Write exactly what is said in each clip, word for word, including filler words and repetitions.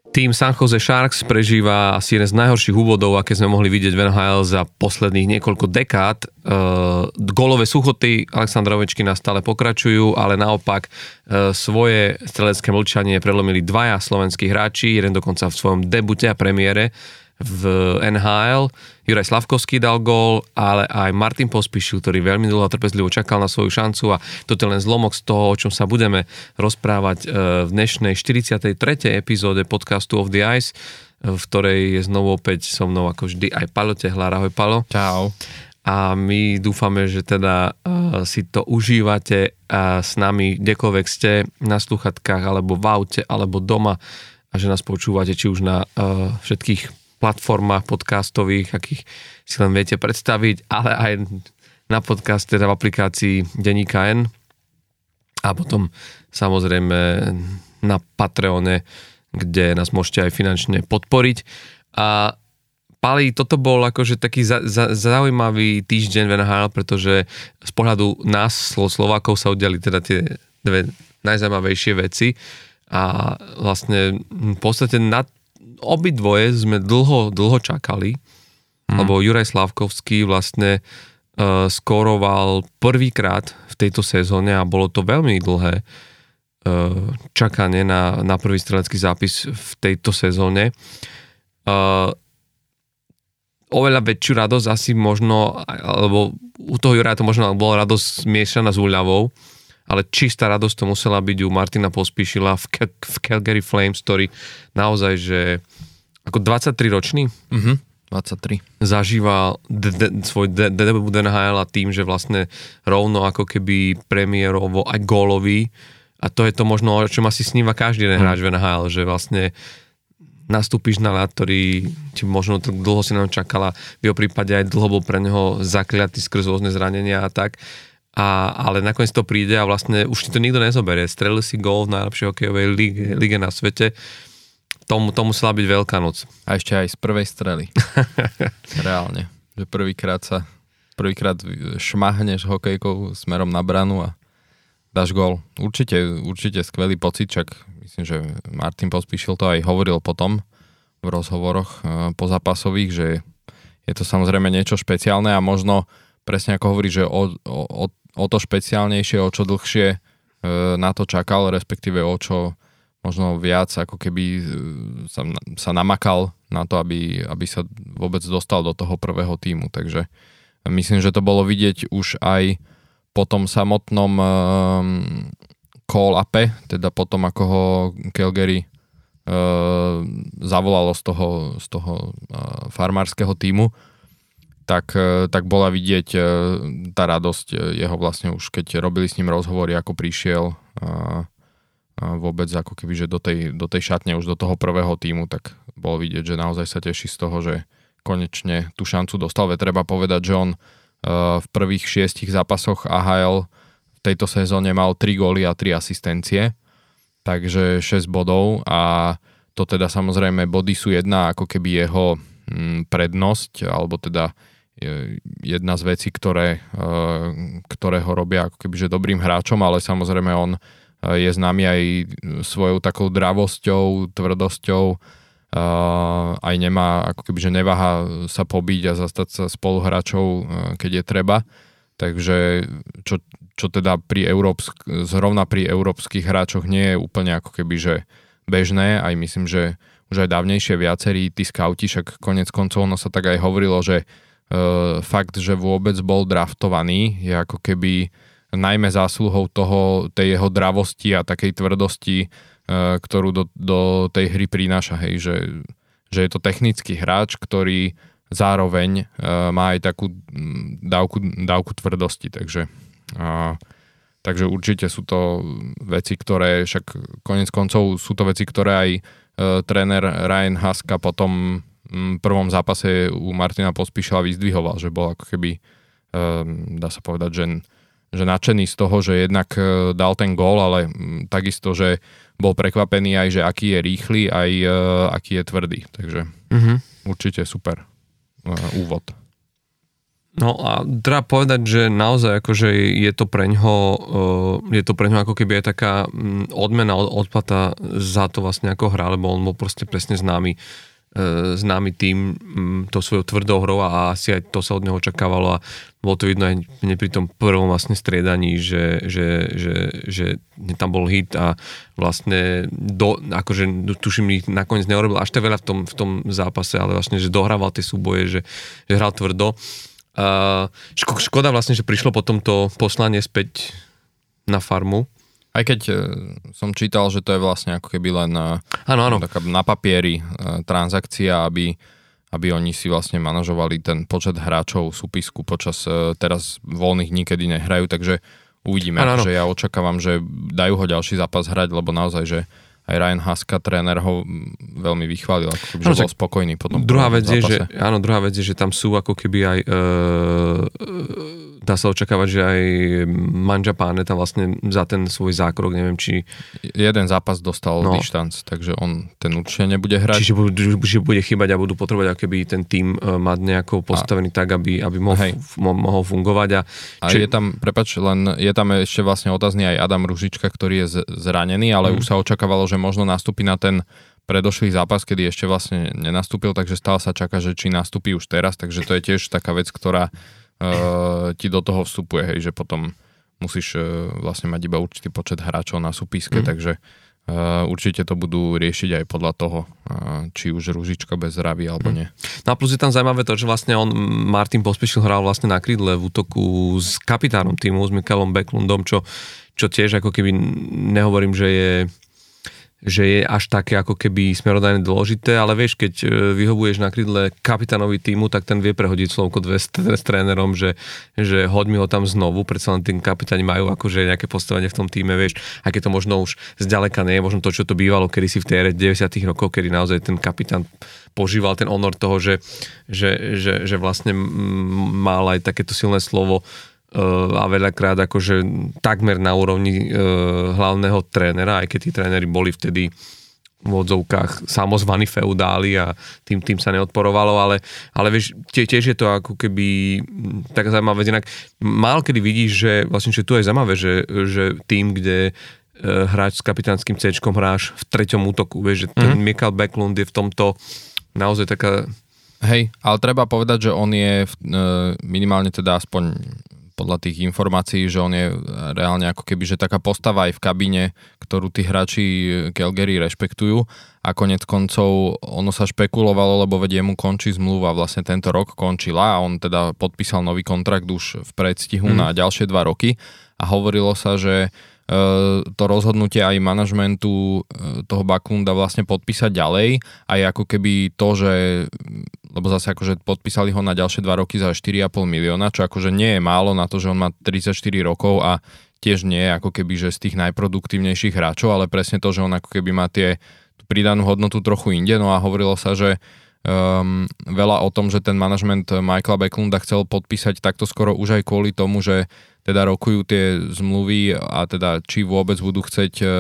Tým San Jose Sharks prežíva asi jeden z najhorších úvodov, aké sme mohli vidieť v en há el za posledných niekoľko dekád. Uh, gólové suchoty Alexandra Ovečkina stále pokračujú, ale naopak uh, svoje strelecké mlčanie prelomili dvaja slovenskí hráči, jeden dokonca v svojom debute a premiére v en há el. Juraj Slavkovský dal gól, ale aj Martin Pospíšil, ktorý veľmi dlho a trpezlivo čakal na svoju šancu, a toto je len zlomok z toho, o čom sa budeme rozprávať v dnešnej štyridsiatej tretej epizóde podcastu Off the Ice, v ktorej je znovu opäť so mnou ako vždy aj Paľo Tehlár. Ahoj, Paľo. Čau. A my dúfame, že teda uh, si to užívate uh, s nami, kdekoľvek ste, na sluchatkách, alebo v aute, alebo doma, a že nás počúvate či už na uh, všetkých platformách podcastových, akých si len viete predstaviť, ale aj na podcast, teda v aplikácii Denníka N, a potom samozrejme na Patreone, kde nás môžete aj finančne podporiť. A Pali, toto bol akože taký za, za, zaujímavý týždeň v en há el, pretože z pohľadu nás, Slovákov, sa udiali teda tie dve najzaujímavejšie veci, a vlastne v podstate na obidvoje sme dlho, dlho čakali, hmm. lebo Juraj Slavkovský vlastne uh, skóroval prvýkrát v tejto sezóne, a bolo to veľmi dlhé uh, čakanie na, na prvý strelecký zápis v tejto sezóne. Uh, oveľa väčšiu radosť asi možno, alebo u toho Juraja to možno bola radosť zmiešaná s úľavou, ale čistá radosť to musela byť u Martina Pospíšila v, Ke- v Calgary Flames, ktorý naozaj, že ako dvadsaťtriročný mm-hmm, dvadsaťtri zažíval de- de- svoj de- de- debut en há el, a tým, že vlastne rovno ako keby premiérovo aj gólový, a to je to možno, o čom asi sníva každý jeden hráč v en há el, že vlastne nastúpiš na ľad, ktorý či možno tak dlho si nám čakala, v jeho prípade aj dlho bol pre neho zakliatý skrz rôzne zranenia a tak. A, ale nakoniec to príde a vlastne už ti to nikto nezoberie. Strelil si gól v najlepšej hokejovej lige, lige na svete. Tomu, to musela byť veľká noc. A ešte aj z prvej strely. Reálne. Že prvýkrát sa prvýkrát šmahneš hokejkou smerom na branu a dáš gól. Určite, určite skvelý pocit, čak myslím, že Martin Pospíšil to aj hovoril potom v rozhovoroch po zápasových, že je to samozrejme niečo špeciálne, a možno presne ako hovorí, že o, o, o to špeciálnejšie, o čo dlhšie e, na to čakal, respektíve o čo možno viac, ako keby e, sa, sa namakal na to, aby, aby sa vôbec dostal do toho prvého tímu. Takže myslím, že to bolo vidieť už aj po tom samotnom e, call-upe, teda potom, ako ho Calgary e, zavolalo z toho, z toho e, farmárskeho tímu, Tak, tak bola vidieť tá radosť jeho vlastne už, keď robili s ním rozhovory, ako prišiel a, a vôbec ako keby, že do tej, do tej šatne, už do toho prvého tímu, tak bolo vidieť, že naozaj sa teší z toho, že konečne tú šancu dostal. Veď treba povedať, že on v prvých šiestich zápasoch á há el v tejto sezóne mal tri góly a tri asistencie, takže šesť bodov, a to teda samozrejme body sú jedna ako keby jeho prednosť, alebo teda jedna z vecí, ktoré, ktoré ho robia ako kebyže dobrým hráčom, ale samozrejme on je známy aj svojou takou dravosťou, tvrdosťou, aj nemá, ako kebyže neváha sa pobiť a zastať sa spoluhráčov, keď je treba. Takže čo, čo teda pri európsk, zrovna pri európskych hráčoch nie je úplne ako kebyže bežné, aj myslím, že už aj dávnejšie viacerí tí skauti, však konec koncov ono sa tak aj hovorilo, že Uh, fakt, že vôbec bol draftovaný, je ako keby najmä zásluhou toho, tej jeho dravosti a takej tvrdosti, uh, ktorú do, do tej hry prináša, hej, že, že je to technický hráč, ktorý zároveň uh, má aj takú dávku, dávku tvrdosti, takže, uh, takže určite sú to veci, ktoré, však konec koncov sú to veci, ktoré aj uh, tréner Ryan Huska potom v prvom zápase u Martina Pospíšila vyzdvihoval, že bol ako keby, um, dá sa povedať, že, že nadšený z toho, že jednak uh, dal ten gól, ale um, takisto, že bol prekvapený aj, že aký je rýchly, aj uh, aký je tvrdý. Takže mm-hmm. určite super uh, úvod. No a treba povedať, že naozaj akože je to preňho, je to preňho ako keby aj taká odmena, odplata za to vlastne ako hra, lebo on bol proste presne známy, známy tým to svojou tvrdou hrou a asi aj to sa od neho očakávalo a bolo to vidno aj pri tom prvom vlastne striedaní, že, že, že, že tam bol hit a vlastne do, akože tuším, ich nakoniec neurobil až tak veľa v tom, v tom zápase, ale vlastne, že dohrával tie súboje, že, že hral tvrdo. Uh, ško, škoda vlastne, že prišlo potom to poslanie späť na farmu. Aj keď e, som čítal, že to je vlastne ako keby len áno, áno. taká na papieri e, transakcia, aby, aby oni si vlastne manažovali ten počet hráčov v súpisku počas e, teraz voľných dní, kedy nehrajú, takže uvidíme. Áno, áno. Že ja očakávam, že dajú ho ďalší zápas hrať, lebo naozaj, že aj Ryan Haska, tréner, ho veľmi vychválil, ako keby, že bol spokojný po tom druhá vec zápase. Je, že, áno, druhá vec je, že tam sú ako keby aj e, dá sa očakávať, že aj Manjapane tam vlastne za ten svoj zákrok, neviem, či... Jeden zápas dostal no. dištanc, takže on ten určite nebude hrať. Čiže bude, že bude chýbať a budú potrebovať, ako keby ten tím mať nejako postavený a, tak, aby, aby mohol, f, mohol fungovať. A, či... a je tam, prepáč, len je tam ešte vlastne otázny aj Adam Ružička, ktorý je zranený, ale mm. už sa očakávalo, že možno nastúpi na ten predošlý zápas, kedy ešte vlastne nenastúpil, takže stále sa čaká, že či nastúpi už teraz, takže to je tiež taká vec, ktorá uh, ti do toho vstupuje, hej, že potom musíš uh, vlastne mať iba určitý počet hráčov na súpiske, mm. takže uh, určite to budú riešiť aj podľa toho, uh, či už Ružička bez zdravia alebo nie. No a plus je tam zaujímavé to, že vlastne on, Martin Pospíšil, hral vlastne na krídle v útoku s kapitánom týmu, s Mikaelom Backlundom, čo, čo tiež ako keby nehovorím, že je že je až také ako keby smerodajne dôležité, ale vieš, keď vyhovuješ na krídle kapitánovi týmu, tak ten vie prehodiť slovko dve s trénerom, že, že hoď mi ho tam znovu, predsa len tým kapitáni majú akože nejaké postavenie v tom týme, vieš, aj keď to možno už zďaleka nie je, možno to, čo to bývalo kedysi v tej ére deväťdesiatych rokov, kedy naozaj ten kapitán požíval ten honor toho, že, že, že, že vlastne mal aj takéto silné slovo a veľakrát akože takmer na úrovni e, hlavného trénera, aj keď tí tréneri boli vtedy v odzovkách samozvaní feudáli a tým, tým sa neodporovalo, ale, ale vieš, tie, tiež je to ako keby taká zaujímavá vec. Inak málo kedy vidíš, že vlastne, že tu je zaujímavé, že, že tým, kde e, hráč s kapitánskym C-čkom hráš v treťom útoku, vieš, že ten mm-hmm. Mikael Backlund je v tomto naozaj taká... Hej, ale treba povedať, že on je v, e, minimálne teda aspoň podľa tých informácií, že on je reálne ako keby, že taká postava aj v kabíne, ktorú tí hráči Calgary rešpektujú a konec koncov ono sa špekulovalo, lebo veď jemu končí zmluva, vlastne tento rok končila a on teda podpísal nový kontrakt už v predstihu mm. na ďalšie dva roky a hovorilo sa, že to rozhodnutie aj manažmentu toho Backlunda vlastne podpísať ďalej aj ako keby to, že lebo zase akože podpísali ho na ďalšie dva roky za štyri a pol milióna, čo akože nie je málo na to, že on má tridsaťštyri rokov a tiež nie je ako keby, že z tých najproduktívnejších hráčov, ale presne to, že on ako keby má tie tú pridanú hodnotu trochu inde, no a hovorilo sa, že um, veľa o tom, že ten manažment Michaela Backlunda chcel podpísať takto skoro už aj kvôli tomu, že teda rokujú tie zmluvy a teda či vôbec budú chceť uh,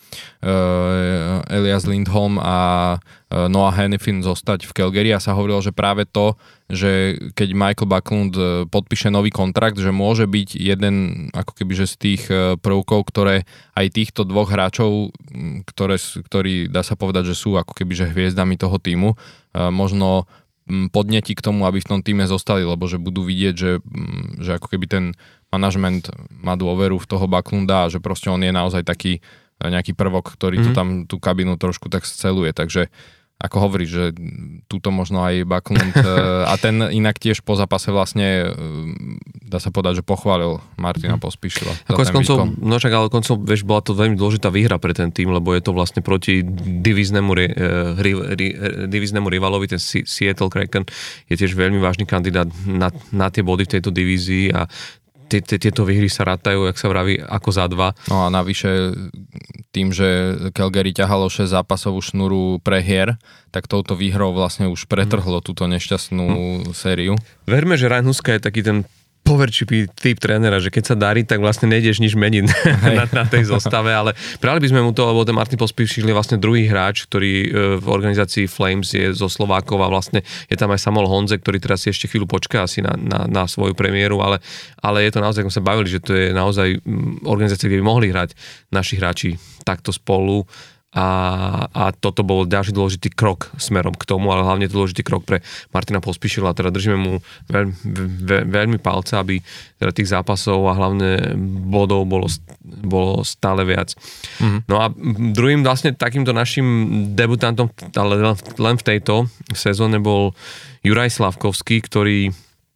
uh, Elias Lindholm a uh, Noah Hanifin zostať v Calgary a sa hovorilo, že práve to, že keď Michael Backlund podpíše nový kontrakt, že môže byť jeden ako keby že z tých prvkov, ktoré aj týchto dvoch hráčov, ktoré, ktorí dá sa povedať, že sú ako keby že hviezdami toho týmu, uh, možno podnetí k tomu, aby v tom týme zostali, lebo že budú vidieť, že, že ako keby ten manažment má dôveru v toho Backlunda a že proste on je naozaj taký nejaký prvok, ktorý mm-hmm. to tam tú kabinu trošku tak sceluje, takže ako hovoríš, že túto možno aj Backlund a ten inak tiež po zápase vlastne dá sa povedať, že pochválil Martina Pospíšila. Ako s koncom, no však ale koncom, vieš, bola to veľmi dôležitá výhra pre ten tým, lebo je to vlastne proti divíznemu, ri, ri, ri, divíznemu rivalovi, ten Seattle Kraken je tiež veľmi vážny kandidát na, na tie body v tejto divízii a tieto výhry sa rátajú, jak sa vraví, ako za dva. No a navyše tým, že Calgary ťahalo šesť zápasovú šnuru prehier, tak touto výhrou vlastne už pretrhlo túto nešťastnú mm. sériu. Verme, že Ryan Huska je taký ten poverčivý typ trénera, že keď sa darí, tak vlastne nejdeš nič meniť na, na tej zostave, ale prali by sme mu to, lebo ten Martin Pospíšil je vlastne druhý hráč, ktorý v organizácii Flames je zo Slovákov a vlastne je tam aj Samuel Honze, ktorý teraz si ešte chvíľu počká asi na, na, na svoju premiéru, ale, ale je to naozaj, ako sa bavili, že to je naozaj organizácia, kde by mohli hrať naši hráči takto spolu. A, a toto bol ďalší dôležitý krok smerom k tomu, ale hlavne dôležitý krok pre Martina Pospíšila. Teda držíme mu veľ, veľ, veľmi palce, aby teda tých zápasov a hlavne bodov bolo, bolo stále viac. Mm-hmm. No a druhým vlastne takýmto našim debutantom, ale len v tejto sezóne bol Juraj Slavkovský, ktorý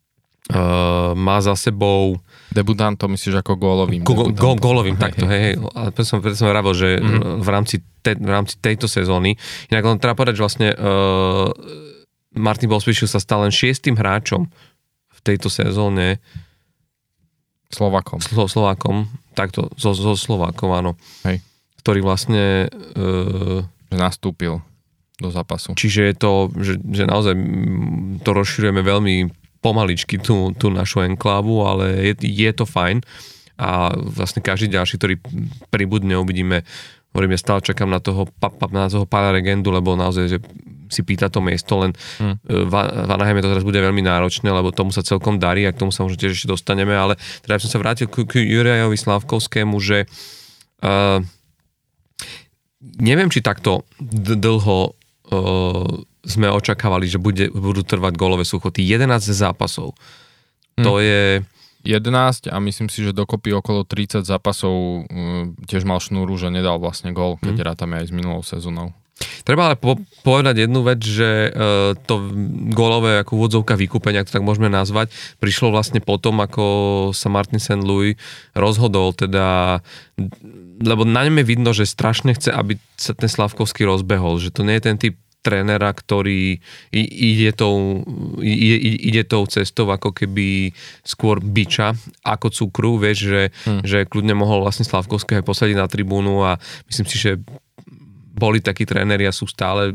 uh, má za sebou debutantom, myslíš ako gólovým? Go, go, gólovým, hej, takto, hej, hej. Ale preto som, preto som rábil, že mm-hmm. v, rámci te, v rámci tejto sezóny, inak len treba povedať, že vlastne uh, Martin Pospíšil sa stal len šiestym hráčom v tejto sezóne Slovákom. Slo, Slovákom, takto, zo, zo Slovákov, áno. Hej. Ktorý vlastne uh, nastúpil do zápasu. Čiže je to, že, že naozaj to rozširujeme veľmi pomaličky tú, tú našu enklávu, ale je, je to fajn a vlastne každý ďalší, ktorý pribudne, uvidíme, hovorím, ja stále čakám na toho, na toho pána Regendu, lebo naozaj, že si pýta to miesto, len hmm. v, v Anaheime to teraz bude veľmi náročné, lebo tomu sa celkom darí a k tomu sa možno tiež ešte dostaneme, ale teda som sa vrátil k, k Jurajovi Slavkovskému, že uh, neviem, či takto d- dlho uh, sme očakávali, že bude, budú trvať gólové súchoty. jedenásť zápasov. Hm. To je... jedenásť a myslím si, že dokopy okolo tridsať zápasov um, tiež mal šnúru, že nedal vlastne gól, keď hm. rátame aj s minulou sezónou. Treba ale po- povedať jednu vec, že uh, to gólové ako úvodzovka vykúpenia, ak to tak môžeme nazvať, prišlo vlastne potom, ako sa Martin Saint Louis rozhodol, teda lebo na ňom je vidno, že strašne chce, aby sa ten Slavkovský rozbehol, že to nie je ten typ trénera, ktorý ide tou, ide, ide tou cestou ako keby skôr biča ako cukru, vieš, že, hmm. že kľudne mohol vlastne Slavkovského aj posadiť na tribúnu a myslím si, že boli takí tréneri a sú stále,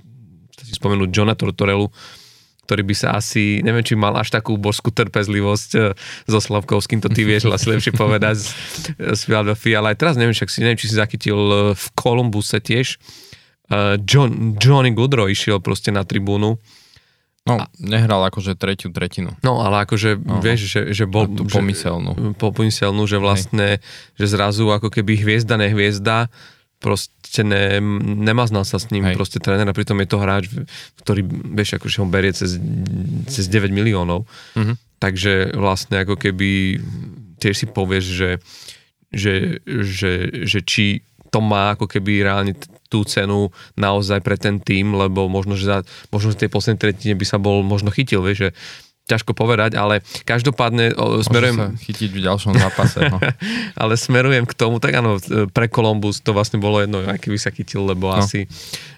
si spomenúť Johna Tortorelu, ktorý by sa asi, neviem, či mal až takú božskú trpezlivosť so Slavkovským, to ty vieš asi lepšie povedať z, z Philadelphia, ale aj teraz neviem, však si, neviem, či si zachytil v Columbuse tiež, Uh, John, Johnny Gaudreau išiel proste na tribúnu. No, nehral akože tretiu tretinu. No, ale akože, Aha. vieš, že, že bol... Tú pomyselnú. Že, pomyselnú, že vlastne, Hej. že zrazu ako keby hviezda, nehviezda, proste ne, nemaznal sa s ním Hej. proste tréner a pritom je to hráč, ktorý, vieš, akože ho berie cez, cez deväť miliónov. Uh-huh. Takže vlastne ako keby tiež si povieš, že, že, že, že či to má ako keby reálne tú cenu naozaj pre ten tým, lebo možno, že za, možno v tej poslednej tretine by sa bol možno chytil, vieš, že ťažko povedať, ale každopádne o, smerujem... Môže sa chytiť v ďalšom zápase. No. Ale smerujem k tomu, tak áno, pre Columbus to vlastne bolo jedno, aj keby sa chytil, lebo no. asi,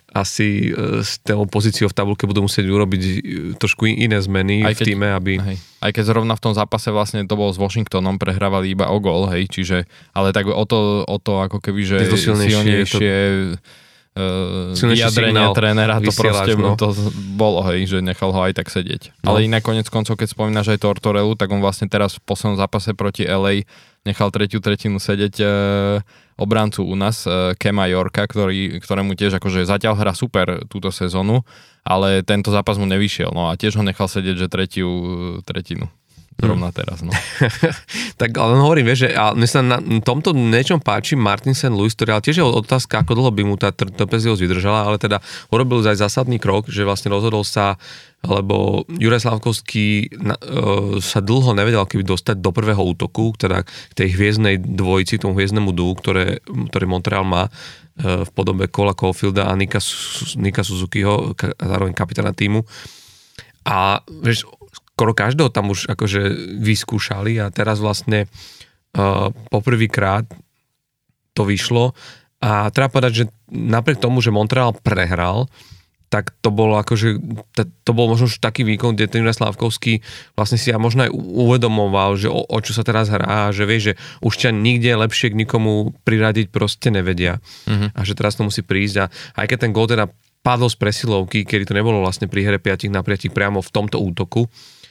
asi s tou pozíciou v tabulke budú musieť urobiť trošku iné zmeny aj keď, v týme, aby... Hej. Aj keď zrovna v tom zápase vlastne to bol s Washingtonom, prehrávali iba o gól, hej, čiže, ale tak o to, o to ako keby, že to silnejšie, silnejšie uh, vyjadrenia trénera, to proste no. to bolo, hej, že nechal ho aj tak sedieť. No. Ale inak konec koncov, keď spomínaš aj Tortorelu, tak on vlastne teraz v poslednom zápase proti el ej nechal tretiu tretinu sedieť uh, obrancu u nás, uh, Kema Yorka, ktorý, ktorému tiež akože zatiaľ hrá super túto sezónu, ale tento zápas mu nevyšiel, no a tiež ho nechal sedieť, že tretiu tretinu. Zrovna teraz, no. Tak ale hovorím, vieš, že mne sa na tomto niečom páči Martin Saint Louis, ktorý ale tiež je otázka, ako dlho by mu tá trpezlivosť vydržala, ale teda urobil aj zásadný krok, že vlastne rozhodol sa, lebo Juraj Slavkovský na, uh, sa dlho nevedel keby dostať do prvého útoku, teda k tej hviezdnej dvojici, tomu hviezdnemu dú, ktoré, ktorý Montreal má uh, v podobe Cola Caulfielda a Nika, Nika Suzukiho, a zároveň kapitána týmu. A vieš, skoro každého tam už akože vyskúšali a teraz vlastne uh, poprvýkrát to vyšlo a treba povedať, že napriek tomu, že Montreal prehral, tak to bolo akože, to bol možno už taký výkon, kde ten Juraj Slavkovský vlastne si ja možno aj uvedomoval, že o, o čo sa teraz hrá, že vieš, že už ťa nikde lepšie k nikomu priradiť proste nevedia. Uh-huh. A že teraz to musí prísť a aj keď ten gól teda padol z presilovky, kedy to nebolo vlastne pri hre piatich na piatich priamo v tomto útoku,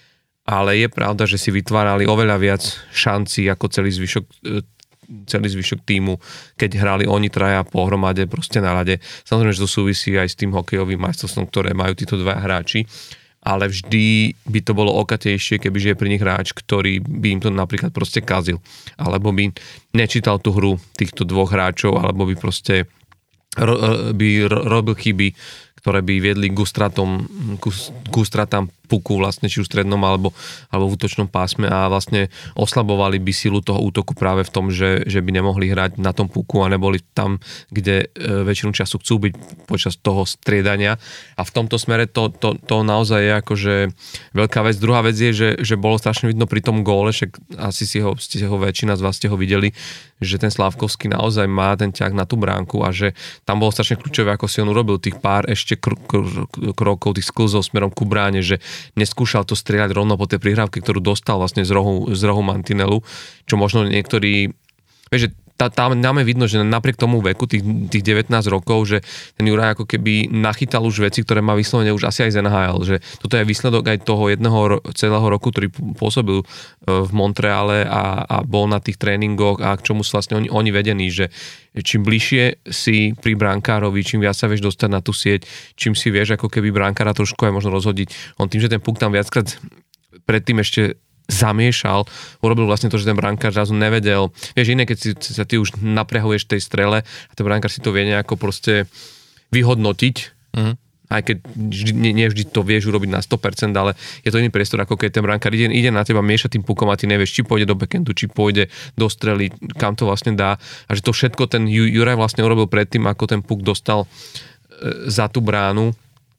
ale je pravda, že si vytvárali oveľa viac šancí ako celý zvyšok, celý zvyšok tímu, keď hrali oni traja pohromade proste na ľade. Samozrejme, že to súvisí aj s tým hokejovým majstrovstvom, ktoré majú títo dva hráči, ale vždy by to bolo okatejšie, kebyže je pri nich hráč, ktorý by im to napríklad proste kazil, alebo by nečítal tú hru týchto dvoch hráčov, alebo by proste ro- by robil chyby, ktoré by viedli k ústratom, k ústratám puku vlastne, či už v strednom alebo, alebo v útočnom pásme a vlastne oslabovali by silu toho útoku práve v tom, že, že by nemohli hrať na tom puku a neboli tam, kde e, väčšinu času chcú byť počas toho striedania a v tomto smere to, to, to naozaj je akože veľká vec. Druhá vec je, že, že bolo strašne vidno pri tom góle, však asi si ho, ste ho väčšina z vás ste ho videli, že ten Slávkovský naozaj má ten ťah na tú bránku a že tam bolo strašne kľúčové, ako si on urobil tých pár ešte kr- kr- krokov, tých sklzov smerom ku bráne, že neskúšal to strieľať rovno po tej prihrávke, ktorú dostal vlastne z rohu, z rohu mantinelu, čo možno niektorí, vieš, že tá, tam máme vidno, že napriek tomu veku, tých, tých devätnásť rokov, že ten Juraj ako keby nachytal už veci, ktoré má vyslovene už asi aj z en há el, že toto je výsledok aj toho jedného celého roku, ktorý pôsobil v Montreale a, a bol na tých tréningoch a k čomu sú vlastne oni, oni vedení, že čím bližšie si pri brankárovi, čím viac sa vieš dostať na tú sieť, čím si vieš ako keby brankára trošku aj možno rozhodiť. On tým, že ten puk tam viackrát predtým ešte zamiešal, urobil vlastne to, že ten brankár zrazu nevedel. Vieš, iné, keď si, sa ty už napriahuješ tej strele a ten brankár si to vie nejako proste vyhodnotiť, mm. aj keď vždy, nie, nie vždy to vieš urobiť na sto percent, ale je to iný priestor, ako keď ten brankár ide, ide na teba miešať tým pukom a ty nevieš, či pôjde do backendu, či pôjde do strely, kam to vlastne dá. A že to všetko ten Juraj vlastne urobil predtým, ako ten puk dostal e, za tú bránu.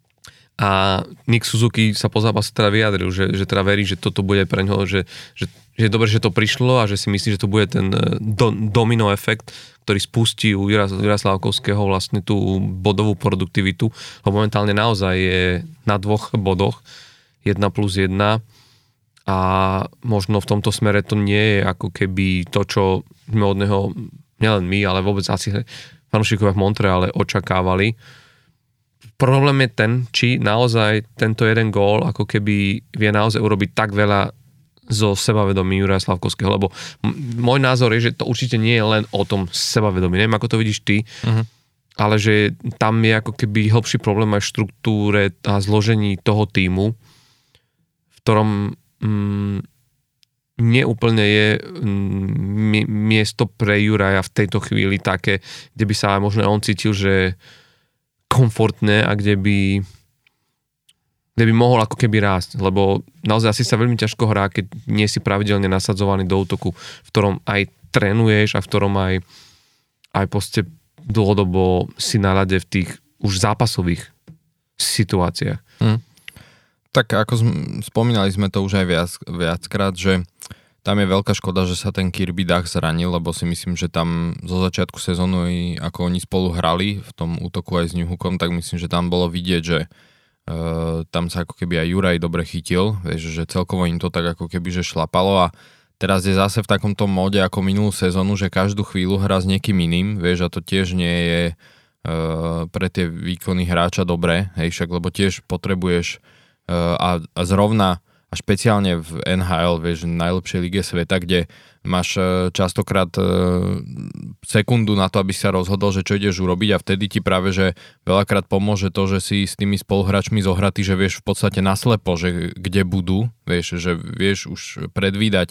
A Nick Suzuki sa po zápase teda vyjadril, že, že teda verí, že toto bude pre ňoho, že, že, že je dobré, že to prišlo a že si myslí, že to bude ten do, domino efekt, ktorý spustí u Jura, Jura Slávkovského vlastne tú bodovú produktivitu. Ho momentálne naozaj je na dvoch bodoch, jedna plus jedna a možno v tomto smere to nie je ako keby to, čo sme od neho, nielen my, ale vôbec asi fanúšikovia v Montreale očakávali. Problém je ten, či naozaj tento jeden gól ako keby vie naozaj urobiť tak veľa zo sebavedomí Juraja Slávkovského, lebo m- môj názor je, že to určite nie je len o tom sebavedomí. Neviem, ako to vidíš ty, uh-huh. ale že tam je ako keby hlbší problém aj v štruktúre a zložení toho tímu, v ktorom mm, neúplne je mm, miesto pre Juraja v tejto chvíli také, kde by sa možno on cítil, že komfortné a kde by kde by mohol ako keby rásť, lebo naozaj asi sa veľmi ťažko hrá, keď nie si pravidelne nasadzovaný do útoku, v ktorom aj trénuješ a v ktorom aj aj proste dlhodobo si na ľade v tých už zápasových situáciách. Hmm. Tak ako spomínali sme to už aj viac, viackrát, že tam je veľká škoda, že sa ten Kirby Dach zranil, lebo si myslím, že tam zo začiatku sezóny, ako oni spolu hrali v tom útoku aj s Newhookom, tak myslím, že tam bolo vidieť, že uh, tam sa ako keby aj Juraj dobre chytil, vieš, že celkovo im to tak ako keby že šlapalo a teraz je zase v takomto móde ako minulú sezónu, že každú chvíľu hrá s niekým iným, vieš, a to tiež nie je uh, pre tie výkony hráča dobré, hej, však, lebo tiež potrebuješ uh, a, a zrovna a špeciálne v en há el, vieš, v najlepšej lige sveta, kde máš častokrát sekundu na to, aby si sa rozhodol, že čo ideš urobiť a vtedy ti práve, že veľakrát pomôže to, že si s tými spoluhráčmi zohratý, že vieš v podstate naslepo, že kde budú, vieš, že vieš už predvídať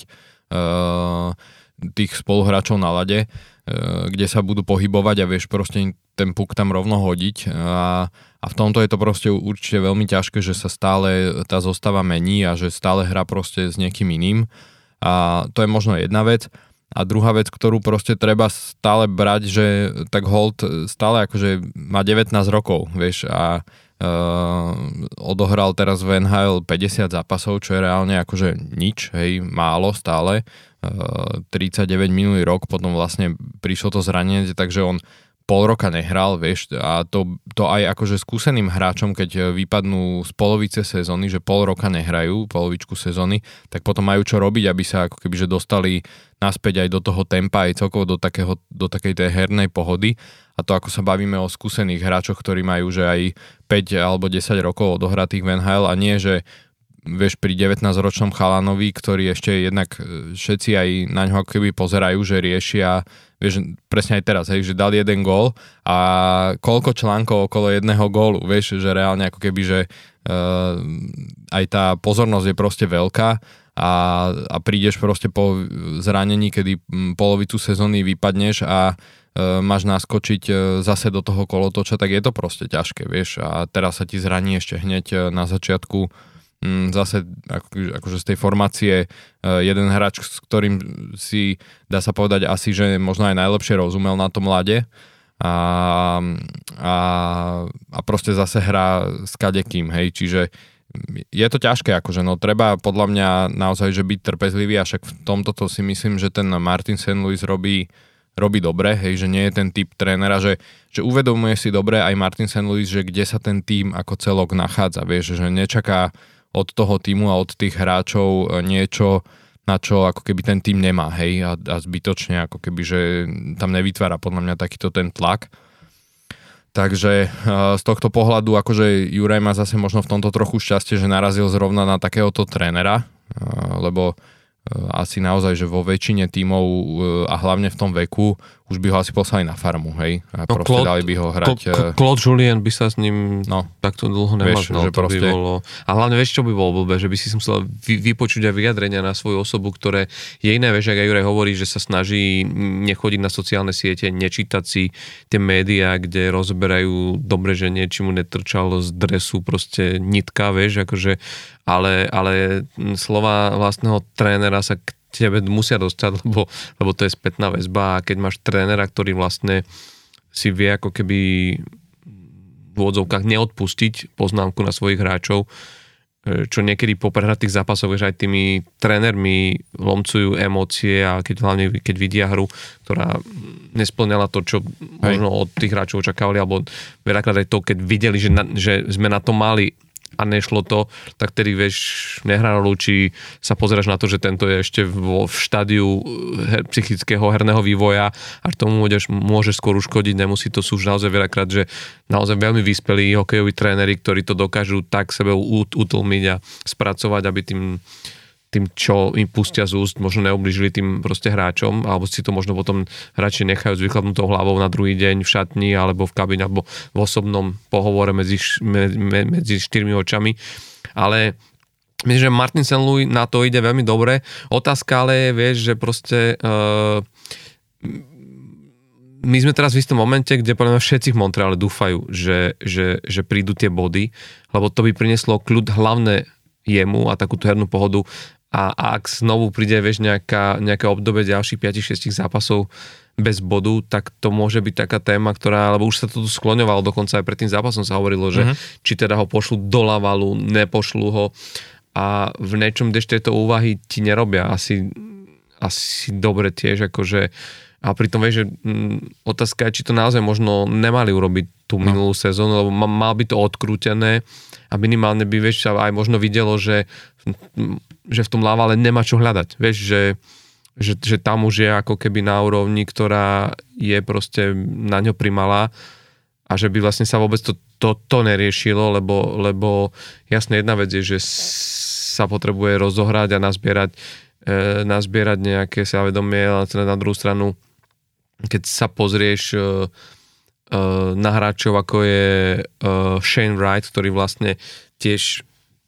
uh, tých spoluhráčov na ľade, uh, kde sa budú pohybovať a vieš proste ten puk tam rovno hodiť a A v tomto je to proste určite veľmi ťažké, že sa stále tá zostava mení a že stále hrá proste s niekým iným. A to je možno jedna vec. A druhá vec, ktorú proste treba stále brať, že tak Holt stále akože má devätnásť rokov, vieš, a uh, odohral teraz v en há el päťdesiat zápasov, čo je reálne akože nič, hej, málo stále. Uh, tridsaťdeväť minulý rok, potom vlastne prišlo to zranenie, takže on pol roka nehral, vieš, a to, to aj akože skúseným hráčom, keď vypadnú z polovice sezóny, že pol roka nehrajú, polovičku sezóny, tak potom majú čo robiť, aby sa ako keby že dostali naspäť aj do toho tempa, aj celkovo do, takého, do takej tej hernej pohody. A to ako sa bavíme o skúsených hráčoch, ktorí majú že aj päť alebo desať rokov odohratých v en há el a nie, že vieš, pri devätnásťročnom chalanovi, ktorý ešte jednak všetci aj na ňo ako keby pozerajú, že riešia, vieš, presne aj teraz, hej, že dal jeden gól a koľko článkov okolo jedného gólu, vieš, že reálne ako keby, že uh, aj tá pozornosť je proste veľká a, a prídeš proste po zranení, kedy polovicu sezóny vypadneš a uh, máš naskočiť uh, zase do toho kolotoča, tak je to proste ťažké, vieš, a teraz sa ti zraní ešte hneď na začiatku zase ako, akože z tej formácie jeden hráč, s ktorým si dá sa povedať asi, že možno aj najlepšie rozumel na tom ľade a, a, a proste zase hrá s kadekým, hej, čiže je to ťažké, akože no treba podľa mňa naozaj, že byť trpezlivý, a však v tomto to si myslím, že ten Martin Saint Louis robí robí dobre, hej, že nie je ten typ trénera, že, že uvedomuje si dobre aj Martin Saint Louis, že kde sa ten tím ako celok nachádza, vieš, že nečaká od toho týmu a od tých hráčov niečo, na čo ako keby ten tým nemá, hej, a, a zbytočne ako keby, že tam nevytvára podľa mňa takýto ten tlak. Takže z tohto pohľadu akože Juraj má zase možno v tomto trochu šťastie, že narazil zrovna na takéhoto trénera, lebo asi naozaj, že vo väčšine tímov a hlavne v tom veku už by ho asi poslali na farmu, hej? A no, proste Claude, dali by ho hrať... Claude Julien by sa s ním no, takto dlho nemaznal. To proste... by bolo... A hlavne vieš, čo by bolo blbé? Že by si musel vypočuť aj vyjadrenia na svoju osobu, ktoré je iné, vieš, ak aj Juraj hovorí, že sa snaží nechodiť na sociálne siete, nečítať si tie médiá, kde rozberajú dobre, že niečo mu netrčalo z dresu proste nitka, vieš, akože ale, ale slova vlastného trénera sa k tebe musia dostať, lebo, lebo to je spätná väzba, a keď máš trénera, ktorý vlastne si vie ako keby v úvodzovkách neodpustiť poznámku na svojich hráčov, čo niekedy po prehratých zápasoch, vieš, aj tými trénermi lomcujú emócie, a keď hlavne keď vidia hru, ktorá nesplňala to, čo možno od tých hráčov očakávali, alebo veľakrát aj to, keď videli, že, na, že sme na to mali a nešlo to, tak tedy, vieš, nehrá rolu, či sa pozeráš na to, že tento je ešte vo, v štádiu her, psychického herného vývoja a tomu môžeš, môže skôr uškodiť, nemusí to, sú už naozaj veľakrát, že naozaj veľmi vyspelí hokejoví tréneri, ktorí to dokážu tak sebe utlmiť a spracovať, aby tým tým, čo im pustia z úst, možno neoblížili tým proste hráčom, alebo si to možno potom hráči nechajú s vyklapnutou hlavou na druhý deň v šatni, alebo v kabíne, alebo v osobnom pohovore medzi, me, medzi štyrmi očami. Ale myslím, že Martin Saint Louis na to ide veľmi dobre. Otázka ale je, vieš, že proste uh, my sme teraz v istom momente, kde podľa mňa všetci v Montreale dúfajú, že, že, že prídu tie body, lebo to by prinieslo kľud hlavne jemu a takúto hernú pohodu. A, a ak znovu príde, vieš, nejaká, nejaké obdobie ďalších päť šesť zápasov bez bodu, tak to môže byť taká téma, ktorá, lebo už sa to tu skloňovalo, dokonca aj pred tým zápasom sa hovorilo, že mm-hmm. či teda ho pošlú do Lavalu, nepošlú ho, a v niečom, kdež tieto úvahy ti nerobia asi, asi dobre tiež, akože, a pritom vieš, že m, otázka je, či to naozaj možno nemali urobiť tú minulú no. sezónu, lebo mal by to odkrútené a minimálne by, vieš, aj možno videlo, že že v tom Lavale nemá čo hľadať. Vieš, že, že, že tam už je ako keby na úrovni, ktorá je proste na ňo primalá, a že by vlastne sa vôbec to, to, to neriešilo, lebo, lebo jasne jedna vec je, že sa potrebuje rozohrať a nazbierať, e, nazbierať nejaké sebavedomie, ale teda na druhú stranu, keď sa pozrieš e, e, na hráčov, ako je e, Shane Wright, ktorý vlastne tiež